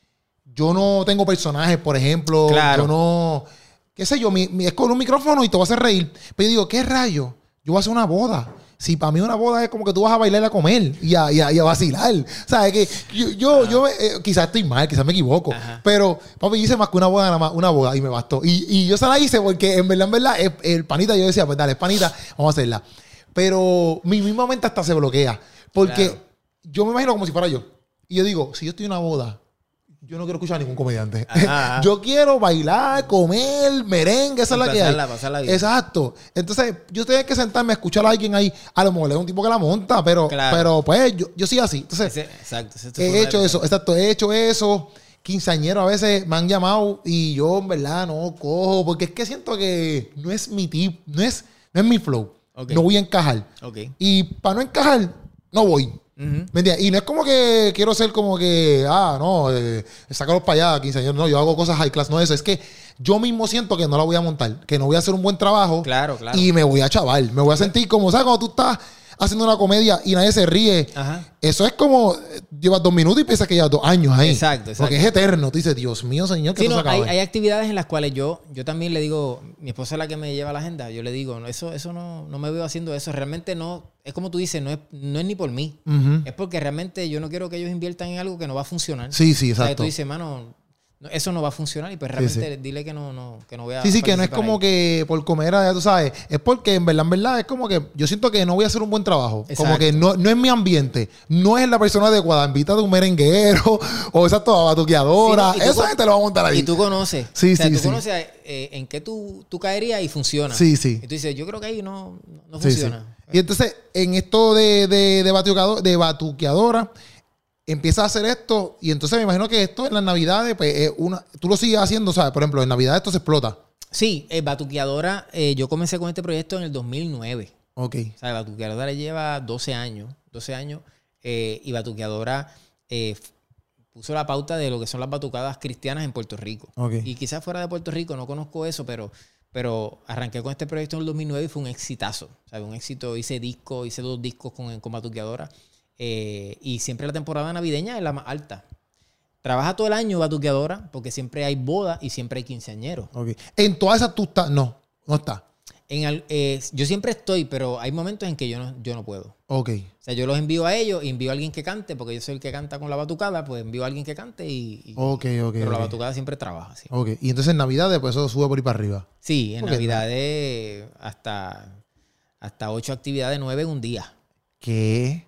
yo no tengo personajes, por ejemplo. Claro. Yo no, qué sé yo, mi, mi- es con un micrófono y te vas a hacer reír. Pero yo digo, ¿qué rayo? Yo voy a hacer una boda. Si para mí una boda es como que tú vas a bailar y a comer y a, y a, y a vacilar. O sea, es que yo, yo, yo eh, quizás estoy mal, quizás me equivoco. Ajá. Pero, papi, yo hice más que una boda, nada más, una boda y me bastó. Y, y yo se la hice porque en verdad, en verdad, el, el panita, yo decía, pues dale, panita, vamos a hacerla. Pero mi misma mente hasta se bloquea. Porque Claro. yo me imagino como si fuera yo. Y yo digo, si yo estoy en una boda, yo no quiero escuchar a ningún comediante. Ajá, ajá. Yo quiero bailar, comer, merengue, esa es la que hay. Pasarla, pasarla bien. Exacto. Entonces, yo tengo que sentarme a escuchar a alguien ahí. A lo mejor es un tipo que la monta, pero, Claro. pero pues yo, yo soy así. Entonces, Ese- exacto. esa es tu he forma de hecho pensar. eso, exacto, he hecho eso. Quinceañeros a veces me han llamado y yo en verdad no cojo, porque es que siento que no es mi tip, no es, no es mi flow. Ok. No voy a encajar. Ok. Y para no encajar, no voy. Ujú. ¿Me entiendes? Y no es como que quiero ser como que, ah, no, eh, sácalos para allá, quinceañeros. No, yo hago cosas high class, no eso. Es que yo mismo siento que no la voy a montar, que no voy a hacer un buen trabajo. Claro, claro. Y me voy a chaval. Me voy a sentir como, ¿sabes? Cuando tú estás haciendo una comedia y nadie se ríe. Ajá. Eso es como, eh, llevas dos minutos y piensas que llevas dos años ahí. Exacto, exacto. Porque es eterno. Tú dices, Dios mío, señor, que Sí, esto no, se hay, acabe. hay actividades en las cuales yo, yo también le digo, mi esposa es la que me lleva la agenda, yo le digo, no, eso, eso no, no me veo haciendo eso. Realmente no, es como tú dices, no es, no es ni por mí. Ujú. Es porque realmente yo no quiero que ellos inviertan en algo que no va a funcionar. Sí, sí, O sea, que exacto. tú dices, mano, no, eso no va a funcionar y pues realmente sí, sí. dile que no, no, que no voy a Sí, sí, que no es como ahí. que por comer, ya tú sabes. Es porque en verdad, en verdad, es como que yo siento que no voy a hacer un buen trabajo. Exacto. Como que no, no es mi ambiente. No es la persona adecuada. Invítate a un merenguero o esa toda batuqueadora. Sí, no, esa gente lo va a montar ahí. Y tú conoces. Sí, o sea, sí, tú sí. conoces eh, en qué tú, tú caerías y funciona. Sí, sí. Y tú dices, yo creo que ahí no, no Sí, funciona. sí. Y entonces, en esto de, de, de, batuqueador, de batuqueadora, empiezas a hacer esto y entonces me imagino que esto en las navidades, pues, es una, tú lo sigues haciendo, ¿sabes? Por ejemplo, en navidades esto se explota. Sí, eh, Batuqueadora, eh, yo comencé con este proyecto en el dos mil nueve. Ok. O sea, Batuqueadora lleva doce años, doce años, eh, y Batuqueadora eh, puso la pauta de lo que son las batucadas cristianas en Puerto Rico. Okay. Y quizás fuera de Puerto Rico, no conozco eso, pero, pero arranqué con este proyecto en el dos mil nueve y fue un exitazo. O sea, un éxito, hice disco, hice dos discos con, con Batuqueadora. Eh, y siempre la temporada navideña es la más alta. Trabaja todo el año Batuqueadora porque siempre hay boda y siempre hay quinceañeros. Okay. En todas esas tú estás, no, no estás. En el, eh, yo siempre estoy, pero hay momentos en que yo no, yo no puedo. Ok. O sea, yo los envío a ellos y envío a alguien que cante, porque yo soy el que canta con la batucada, pues envío a alguien que cante y... y ok, ok. Pero okay. la batucada siempre trabaja, sí. Ok. Y entonces en Navidades, pues eso sube por ahí para arriba. Sí, en Okay. Navidades hasta, hasta ocho actividades, nueve en un día. ¿Qué?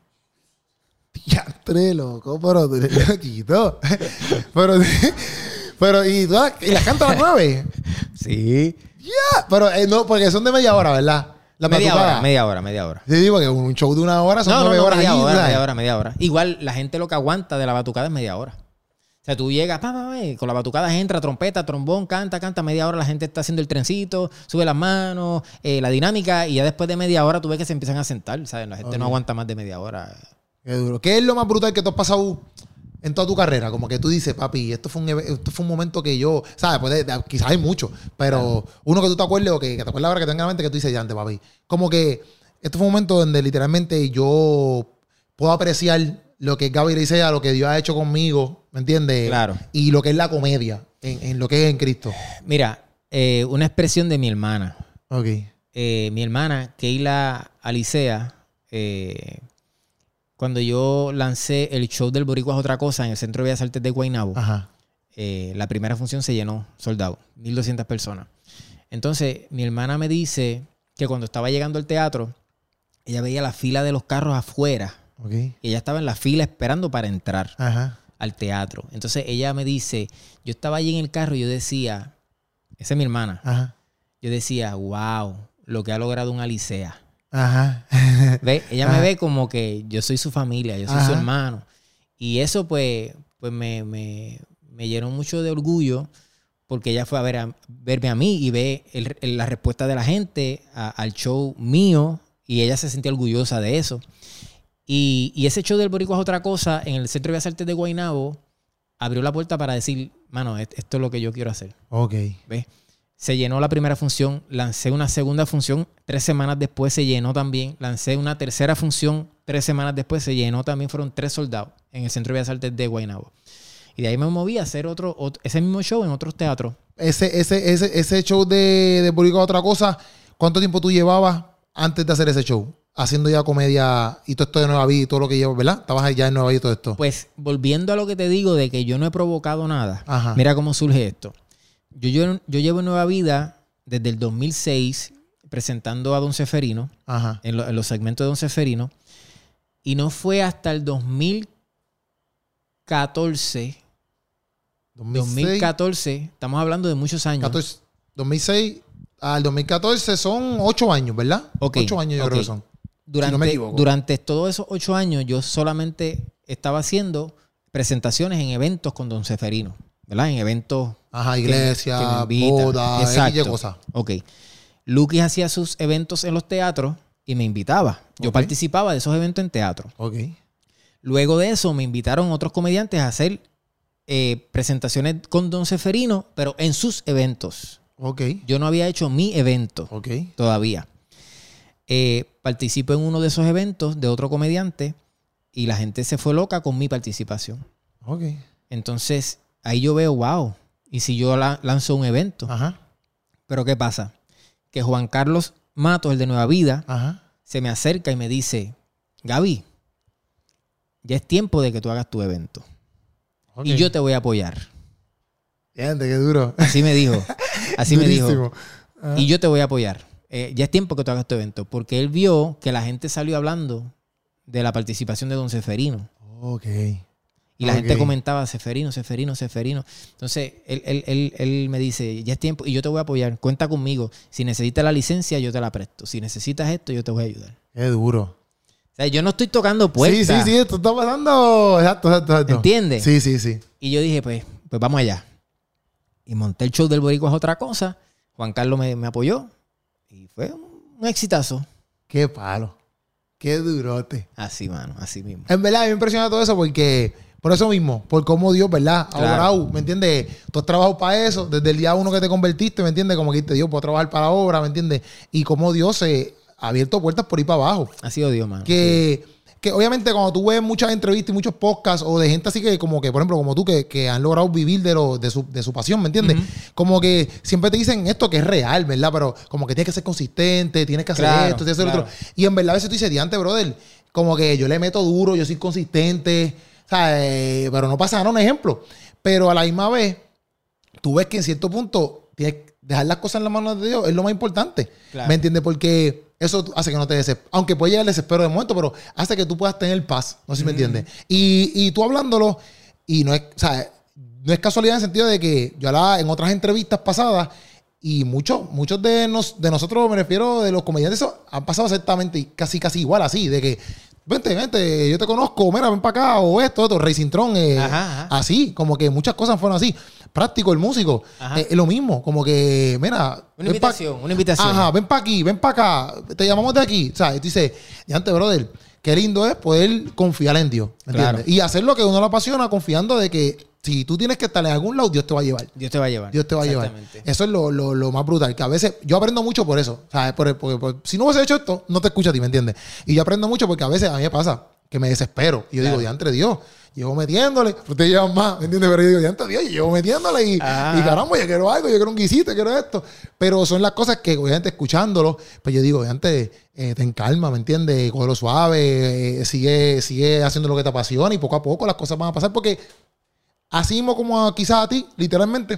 Diantre, loco, pero tú eres loquito. pero, pero, ¿y, tú, ¿y las cantas a las nueve? Sí. Ya. Yeah. Pero, eh, no, porque son de media hora, ¿verdad? La media batucada. hora, media hora, media hora. Sí, digo que un show de una hora son no, nueve no, no, horas media aquí, hora, ¿sabes? media hora, media hora. Igual la gente lo que aguanta de la batucada es media hora. O sea, tú llegas, pa, pa, pa, con la batucada entra, trompeta, trombón, canta, canta, media hora la gente está haciendo el trencito, sube las manos, eh, la dinámica, y ya después de media hora tú ves que se empiezan a sentar, ¿sabes? La gente okay. no aguanta más de media hora. Qué duro. ¿Qué es lo más brutal que tú has pasado en toda tu carrera? Como que tú dices, papi, esto fue un, esto fue un momento que yo, ¿sabes? Pues, quizás hay muchos, pero claro. uno que tú te acuerdes o que, que te acuerdes ahora que tenga en la mente que tú dices, ya antes, papi. Como que esto fue un momento donde literalmente yo puedo apreciar lo que Gaby Alicea, lo que Dios ha hecho conmigo, ¿me entiendes? Claro. Y lo que es la comedia, en, en lo que es en Cristo. Mira, eh, una expresión de mi hermana. Ok. Eh, mi hermana, Keila Alicea, eh, cuando yo lancé el show del Boricua es otra cosa en el Centro de Bellas Artes de Guaynabo, eh, la primera función se llenó, soldado, mil doscientas personas. Entonces, mi hermana me dice que cuando estaba llegando al teatro, ella veía la fila de los carros afuera. Okay. Y ella estaba en la fila esperando para entrar Ajá. al teatro. Entonces, ella me dice, yo estaba allí en el carro y yo decía, esa es mi hermana, Ajá. yo decía, wow, lo que ha logrado un Alicea. Ajá. ¿Ve? Ella Ajá. me ve como que yo soy su familia, yo soy Ajá. su hermano. Y eso pues, pues me, me, me llenó mucho de orgullo porque ella fue a, ver a verme a mí y ve el, el, la respuesta de la gente a, al show mío y ella se sentía orgullosa de eso. Y, y ese show del Boricua es otra cosa en el Centro de Bellas Artes de Guaynabo abrió la puerta para decir, mano, esto es lo que yo quiero hacer. Ok. ¿Ves? Se llenó la primera función, lancé una segunda función, tres semanas después se llenó también, lancé una tercera función, tres semanas después se llenó también, fueron tres soldados en el Centro de Bellas Artes de Guaynabo. Y de ahí me moví a hacer otro, otro ese mismo show en otros teatros. Ese, ese, ese, ese show de, de Boricua otra cosa, ¿cuánto tiempo tú llevabas antes de hacer ese show? Haciendo ya comedia y todo esto de Nueva Vida y todo lo que llevas, ¿verdad? Estabas ya en Nueva Vida y todo esto. Pues volviendo a lo que te digo de que yo no he provocado nada, Ajá. Mira cómo surge esto. Yo, yo, yo llevo en Nueva Vida desde el dos mil seis presentando a Don Seferino en, lo, en los segmentos de Don Seferino y no fue hasta el dos mil catorce dos mil seis, dos mil catorce, estamos hablando de muchos años. catorce, dos mil seis al dos mil catorce son ocho años, ¿verdad? Okay, ocho años yo okay. creo que son. Durante, si no me equivoco. Durante todos esos ocho años yo solamente estaba haciendo presentaciones en eventos con Don Seferino, ¿verdad? En eventos... Ajá, iglesia, boda, X cosas. Ok. Luquis hacía sus eventos en los teatros y me invitaba. Yo okay. participaba de esos eventos en teatro. Ok. Luego de eso me invitaron otros comediantes a hacer eh, presentaciones con Don Seferino, pero en sus eventos. Ok. Yo no había hecho mi evento okay. todavía. Eh, participo en uno de esos eventos de otro comediante y la gente se fue loca con mi participación. Ok. Entonces, ahí yo veo, wow, y si yo la, lanzo un evento. Ajá. Pero ¿qué pasa? Que Juan Carlos Matos, el de Nueva Vida, Ajá. se me acerca y me dice, Gaby, ya es tiempo de que tú hagas tu evento. Okay. Y yo te voy a apoyar. Gente, qué duro. Así me dijo. Así me dijo. Ah. Y yo te voy a apoyar. Eh, ya es tiempo que tú hagas tu evento. Porque él vio que la gente salió hablando de la participación de Don Seferino. Ok. Y la Ok. gente comentaba, Seferino, Seferino, Seferino. Entonces, él, él, él, él me dice, ya es tiempo y yo te voy a apoyar. Cuenta conmigo. Si necesitas la licencia, yo te la presto. Si necesitas esto, yo te voy a ayudar. Qué duro. O sea, yo no estoy tocando puertas. Sí, sí, sí. Esto está pasando. Exacto, exacto, exacto. ¿Entiendes? Sí, sí, sí. Y yo dije, pues, pues vamos allá. Y monté el show del Boricua es otra cosa. Juan Carlos me, me apoyó. Y fue un, un exitazo. Qué palo. Qué durote. Así, mano. Así mismo. En verdad, a mí me impresiona todo eso porque... Por eso mismo, por cómo Dios, ¿verdad? Claro. Ahora, ¿me entiendes? Tú has trabajado para eso, desde el día uno que te convertiste, ¿me entiendes? Como que te Dios, puedo trabajar para la obra, ¿me entiendes? Y cómo Dios se ha abierto puertas por ahí para abajo. Ha sido Dios, mano. Que, que obviamente cuando tú ves muchas entrevistas y muchos podcasts o de gente así que como que, por ejemplo, como tú, que, que han logrado vivir de, lo, de, su, de su pasión, ¿me entiendes? Uh-huh. Como que siempre te dicen esto que es real, ¿verdad? Pero como que tienes que ser consistente, tienes que hacer Claro, esto, tienes que hacer claro. otro. Y en verdad a veces tú dices, diante, brother, como que yo le meto duro, yo soy consistente, o sea, eh, pero no pasa nada, un ejemplo. Pero a la misma vez, tú ves que en cierto punto tienes que dejar las cosas en las manos de Dios, es lo más importante. Claro. ¿Me entiendes? Porque eso hace que no te desesperes. Aunque puede llegar el desespero de momento, pero hace que tú puedas tener paz. No sé si me entiendes. Y, y tú hablándolo, y no es, o sea, no es casualidad en el sentido de que yo hablaba en otras entrevistas pasadas, y muchos, muchos de, nos, de nosotros, me refiero de los comediantes, eso han pasado exactamente casi, casi igual así, de que vente, vente, yo te conozco, mira, ven para acá, o esto, esto, Racing Tron, eh, Ajá, ajá. así, como que muchas cosas fueron así. Práctico, el músico, Ajá. eh, es lo mismo, como que, mira, Una ven pa- invitación, una invitación. Ajá, ven para aquí, ven para acá, te llamamos de aquí, o sea, y tú dices, y antes, brother, qué lindo es poder confiar en Dios, ¿me Claro. entiendes? Y hacer lo que uno le apasiona, confiando de que si tú tienes que estar en algún lado, Dios te va a llevar. Dios te va a llevar. Dios te va a llevar. Exactamente. Eso es lo, lo, lo más brutal. Que a veces yo aprendo mucho por eso. ¿Sabes? Por, por- por- si no hubiese hecho esto, no te escucha a ti, ¿me entiendes? Y yo aprendo mucho porque a veces a mí me pasa que me desespero. Y yo Claro. digo, diantre Dios, llevo metiéndole. Ustedes llevan más, ¿me entiendes? Pero yo digo, diantre Dios, yo llevo metiéndole. Y, Ajá. y caramba, yo quiero algo, yo quiero un guisito, yo quiero esto. Pero son las cosas que, obviamente, escuchándolo, pues yo digo, diantre, eh, ten calma, ¿me entiendes? Cógelo suave, eh, sigue, sigue haciendo lo que te apasiona y poco a poco las cosas van a pasar porque... Así mismo como a- quizás a ti, literalmente,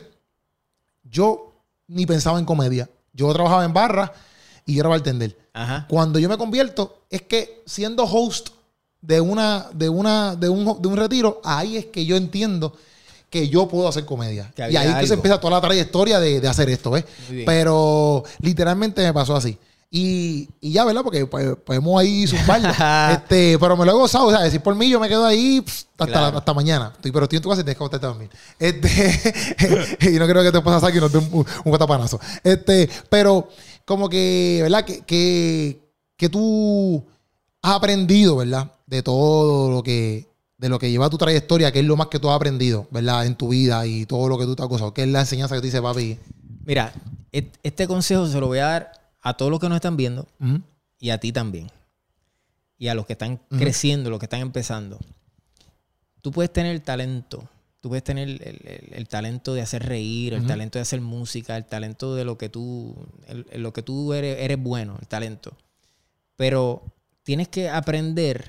yo ni pensaba en comedia. Yo trabajaba en barra y yo era bartender. Ajá. Cuando yo me convierto, es que siendo host de una, de una, de un, de un retiro, ahí es que yo entiendo que yo puedo hacer comedia. Que Y había ahí es que se algo. empieza toda la trayectoria de, de hacer esto, ¿ves? Muy bien. Pero literalmente me pasó así. Y, y ya, ¿verdad? Porque pues, podemos ahí zumbarlo. este, pero me lo he gozado. O sea, decir por mí, yo me quedo ahí pss, hasta, Claro. la- hasta mañana. Estoy, pero estoy en tu casa y tienes que acostarte a dormir. Este, y no creo que te puedas sacar y nos dé un, un guatapanazo. Este, pero como que, ¿verdad? Que, que, que tú has aprendido, ¿verdad? De todo lo que, de lo que lleva tu trayectoria, que es lo más que tú has aprendido, ¿verdad? En tu vida y todo lo que tú te has gozado. ¿Qué es la enseñanza que tú dices, papi? Mira, et- este consejo se lo voy a dar a todos los que nos están viendo Ujú. y a ti también. Y a los que están Ujú. creciendo, los que están empezando. Tú puedes tener talento. Tú puedes tener el, el- el talento de hacer reír, el Ujú. talento de hacer música, el talento de lo que tú, el- en lo que tú eres, eres bueno, el talento. Pero tienes que aprender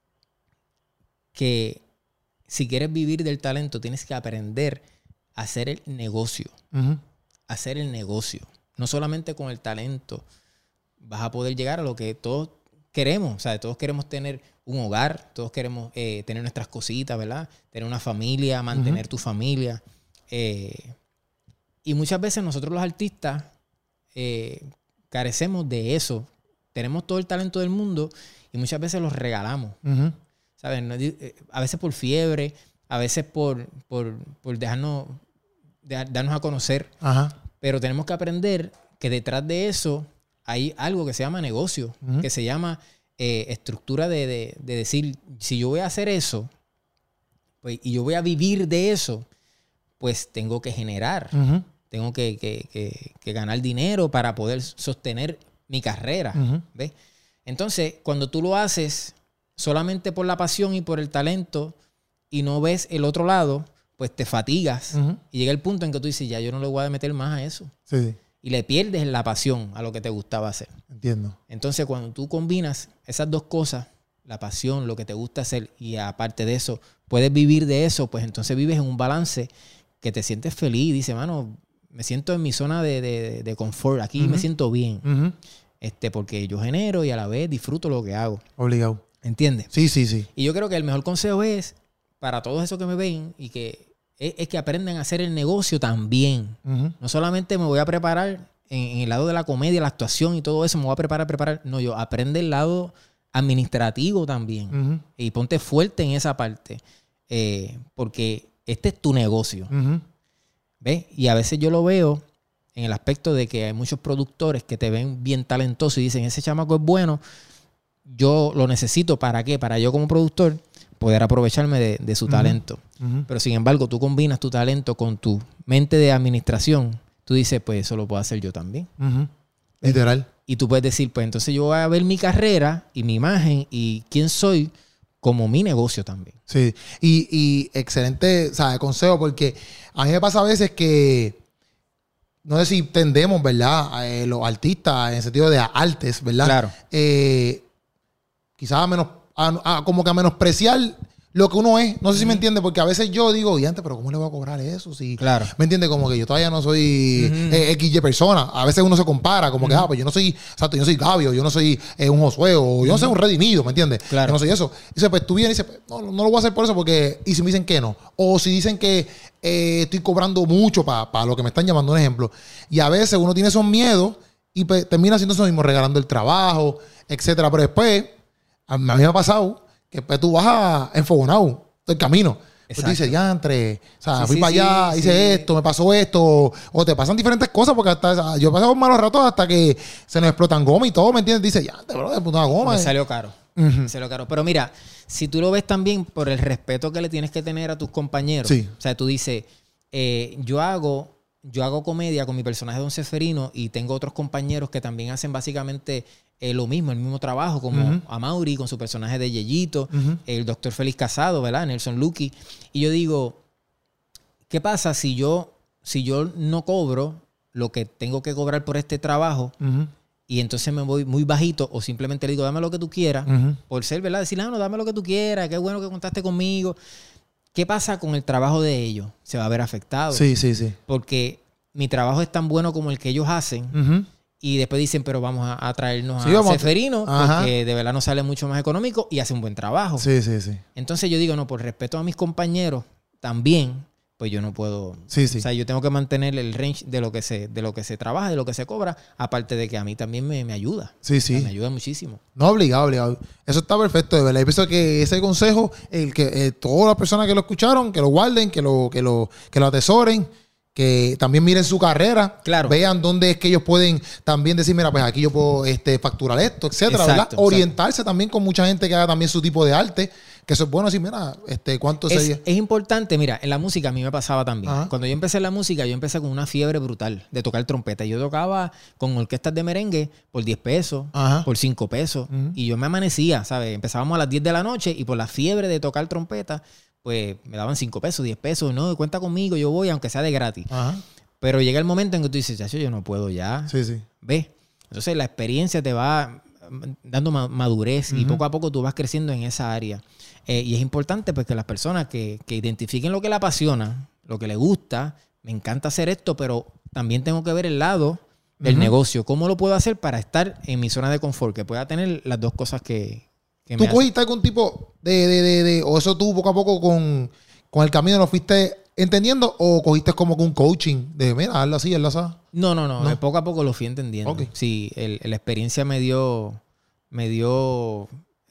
que si quieres vivir del talento, tienes que aprender a hacer el negocio. Ujú. Hacer el negocio. No solamente con el talento vas a poder llegar a lo que todos queremos. O sea, todos queremos tener un hogar, todos queremos eh, tener nuestras cositas, ¿verdad? Tener una familia, mantener Ujú. tu familia. Eh, y muchas veces nosotros los artistas eh, carecemos de eso. Tenemos todo el talento del mundo y muchas veces los regalamos. Ujú. ¿Sabes? No, eh, A veces por fiebre, a veces por, por, por dejarnos, dejar- darnos a conocer. Ajá. Pero tenemos que aprender que detrás de eso hay algo que se llama negocio, Ujú. que se llama eh, estructura de, de- de decir, si yo voy a hacer eso, pues, y yo voy a vivir de eso, pues tengo que generar, Ujú. tengo que, que- que- que ganar dinero para poder sostener mi carrera. Ujú. ¿Ves? Entonces, cuando tú lo haces solamente por la pasión y por el talento y no ves el otro lado, pues te fatigas. Ujú. Y llega el punto en que tú dices, ya yo no le voy a meter más a eso. Sí, sí. Y le pierdes la pasión a lo que te gustaba hacer. Entiendo. Entonces, cuando tú combinas esas dos cosas, la pasión, lo que te gusta hacer, y aparte de eso, puedes vivir de eso, pues entonces vives en un balance que te sientes feliz. Dice, mano, me siento en mi zona de, de, de confort. Aquí uh-huh. me siento bien. Uh-huh. Este, porque yo genero y a la vez disfruto lo que hago. Obligado. ¿Entiendes? Sí, sí, sí. Y yo creo que el mejor consejo es, para todos esos que me ven, y que es, es que aprendan a hacer el negocio también. Uh-huh. No solamente me voy a preparar en, en el lado de la comedia, la actuación y todo eso, me voy a preparar, preparar. No, yo aprende el lado administrativo también. Uh-huh. Y ponte fuerte en esa parte. Eh, porque este es tu negocio. Uh-huh. ¿Ves? Y a veces yo lo veo en el aspecto de que hay muchos productores que te ven bien talentoso y dicen, ese chamaco es bueno, yo lo necesito. ¿Para qué? Para yo como productor poder aprovecharme de, de su uh-huh. talento. Uh-huh. Pero sin embargo, tú combinas tu talento con tu mente de administración. Tú dices, pues eso lo puedo hacer yo también. Uh-huh. Literal. Y tú puedes decir, pues entonces yo voy a ver mi carrera y mi imagen y quién soy como mi negocio también. Sí. Y, y excelente, o sea, consejo, porque a mí me pasa a veces que no sé si tendemos, ¿verdad? Eh, los artistas en el sentido de artes, ¿verdad? Claro. Eh, quizás a menos, a, a, como que a menospreciar lo que uno es. No sé si uh-huh. me entiende, porque a veces yo digo, diante, pero ¿cómo le voy a cobrar eso? Si, claro. ¿me entiende? Como que yo todavía no soy uh-huh. eh, equis ye persona. A veces uno se compara, como uh-huh. que, ah, pues yo no soy, exacto, yo no soy Gabio, yo no soy eh, un Josué, o yo no uh-huh. soy un Redimido, ¿me entiendes? Claro. Yo no soy eso. Dice, pues tú vienes y dices, no, no lo voy a hacer por eso, porque, y si me dicen que no, o si dicen que eh, estoy cobrando mucho para pa lo que me están llamando, un ejemplo. Y a veces uno tiene esos miedos y pues, termina haciendo eso mismo, regalando el trabajo, etcétera. Pero después, a mí me ha pasado que después tú vas a enfogonado el camino. Pues tú dices, diantre, o sea, sí, fui sí, para allá, sí, hice sí. esto, me pasó esto, o te pasan diferentes cosas, porque hasta yo he pasado malos ratos hasta que se nos explotan goma y todo, ¿me entiendes? Dice, diantre, bro, de puta goma. Me eh. salió caro. Uh-huh. Me salió caro. Pero mira, si tú lo ves también por el respeto que le tienes que tener a tus compañeros, sí. o sea, tú dices, eh, yo hago yo hago comedia con mi personaje Don Seferino y tengo otros compañeros que también hacen básicamente eh, lo mismo, el mismo trabajo, como uh-huh. Amaury con su personaje de Yeyito, uh-huh. el doctor Félix Casado, ¿verdad? Nelson Lucky. Y yo digo, ¿qué pasa si yo, si yo no cobro lo que tengo que cobrar por este trabajo uh-huh. y entonces me voy muy bajito o simplemente le digo, dame lo que tú quieras, uh-huh. por ser, ¿verdad? Decirle, ah, no, dame lo que tú quieras, qué bueno que contaste conmigo. ¿Qué pasa con el trabajo de ellos? Se va a ver afectado. Sí, sí, sí. Porque mi trabajo es tan bueno como el que ellos hacen. Uh-huh. Y después dicen, pero vamos a, a traernos sí, a Seferino a... porque de verdad nos sale mucho más económico y hace un buen trabajo. Sí, sí, sí. Entonces yo digo, no, por respeto a mis compañeros también, pues yo no puedo... Sí, sí. O sea, yo tengo que mantener el range de lo que se, de lo que se trabaja, de lo que se cobra, aparte de que a mí también me, me ayuda. Sí, sí. O sea, me ayuda muchísimo. No, obligado, obligado. Eso está perfecto, de verdad. Yo pienso que ese consejo, el que eh, todas las personas que lo escucharon, que lo guarden, que lo, que lo, que lo atesoren, que también miren su carrera, claro. vean dónde es que ellos pueden también decir, mira, pues aquí yo puedo este, facturar esto, etcétera, exacto, ¿verdad? Exacto. Orientarse también con mucha gente que haga también su tipo de arte, que eso es bueno decir, mira, este, ¿cuánto es, sería? Es importante, mira, en la música a mí me pasaba también. Ajá. Cuando yo empecé en la música, yo empecé con una fiebre brutal de tocar trompeta. Yo tocaba con orquestas de merengue por diez pesos, ajá. por cinco pesos, uh-huh. y yo me amanecía, ¿sabes? Empezábamos a las diez de la noche y por la fiebre de tocar trompeta, pues me daban cinco pesos, diez pesos, no, cuenta conmigo, yo voy, aunque sea de gratis. Ajá. Pero llega el momento en que tú dices, chacho, yo no puedo ya. Sí, sí. ¿Ves? Entonces la experiencia te va dando madurez uh-huh. y poco a poco tú vas creciendo en esa área. Eh, y es importante pues que las personas que, que identifiquen lo que le apasiona, lo que le gusta, me encanta hacer esto, pero también tengo que ver el lado del uh-huh. negocio. ¿Cómo lo puedo hacer para estar en mi zona de confort? Que pueda tener las dos cosas que, que ¿Tú me cogiste algún tipo de, de, de, de... o eso tú poco a poco con, con el camino lo fuiste... ¿entendiendo o cogiste como que un coaching de, mira, hazlo así, hazlo así? No, no, no, no. Poco a poco lo fui entendiendo. Okay. Sí, el, la experiencia me dio, me dio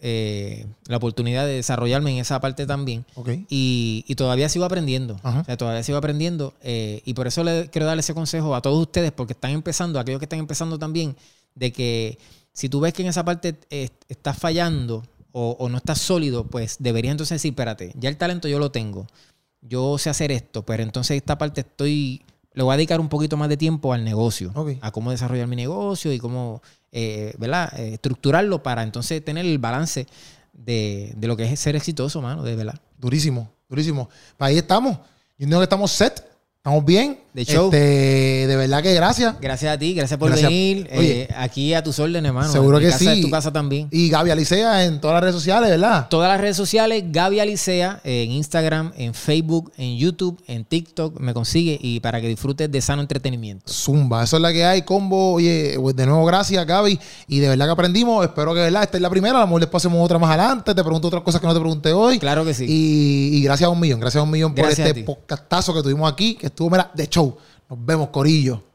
eh, la oportunidad de desarrollarme en esa parte también. Okay. Y, y todavía sigo aprendiendo. Uh-huh. O sea, todavía sigo aprendiendo. Eh, y por eso le quiero darle ese consejo a todos ustedes, porque están empezando, aquellos que están empezando también, de que si tú ves que en esa parte eh, estás fallando o, o no estás sólido, pues deberías entonces decir, espérate, ya el talento yo lo tengo. Yo sé hacer esto, pero entonces esta parte estoy... Le voy a dedicar un poquito más de tiempo al negocio. Okay. A cómo desarrollar mi negocio y cómo, eh, ¿verdad? Eh, estructurarlo para entonces tener el balance de, de lo que es ser exitoso, mano, de verdad. Durísimo, durísimo. Ahí estamos. Yo creo que estamos set. ¿Estamos bien? De show. Este, de verdad que gracias. Gracias a ti, gracias por Gracias. venir. Oye, eh, aquí a tus órdenes, hermano. seguro Mi que casa sí. es tu casa también. Y Gaby Alicea en todas las redes sociales, ¿verdad? Todas las redes sociales, Gaby Alicea, en Instagram, en Facebook, en YouTube, en TikTok, me consigue y para que disfrutes de sano entretenimiento. Zumba, eso es la que hay, combo. Oye, pues de nuevo, gracias, Gaby. Y de verdad que aprendimos. Espero que, ¿verdad? Esta es la primera. A lo mejor después hacemos otra más adelante. Te pregunto otras cosas que no te pregunté hoy. Claro que sí. Y, y gracias a un millón. Gracias a un millón Gracias por a este ti. podcastazo que tuvimos aquí, que estuvo, mira, de show. Nos vemos, corillo.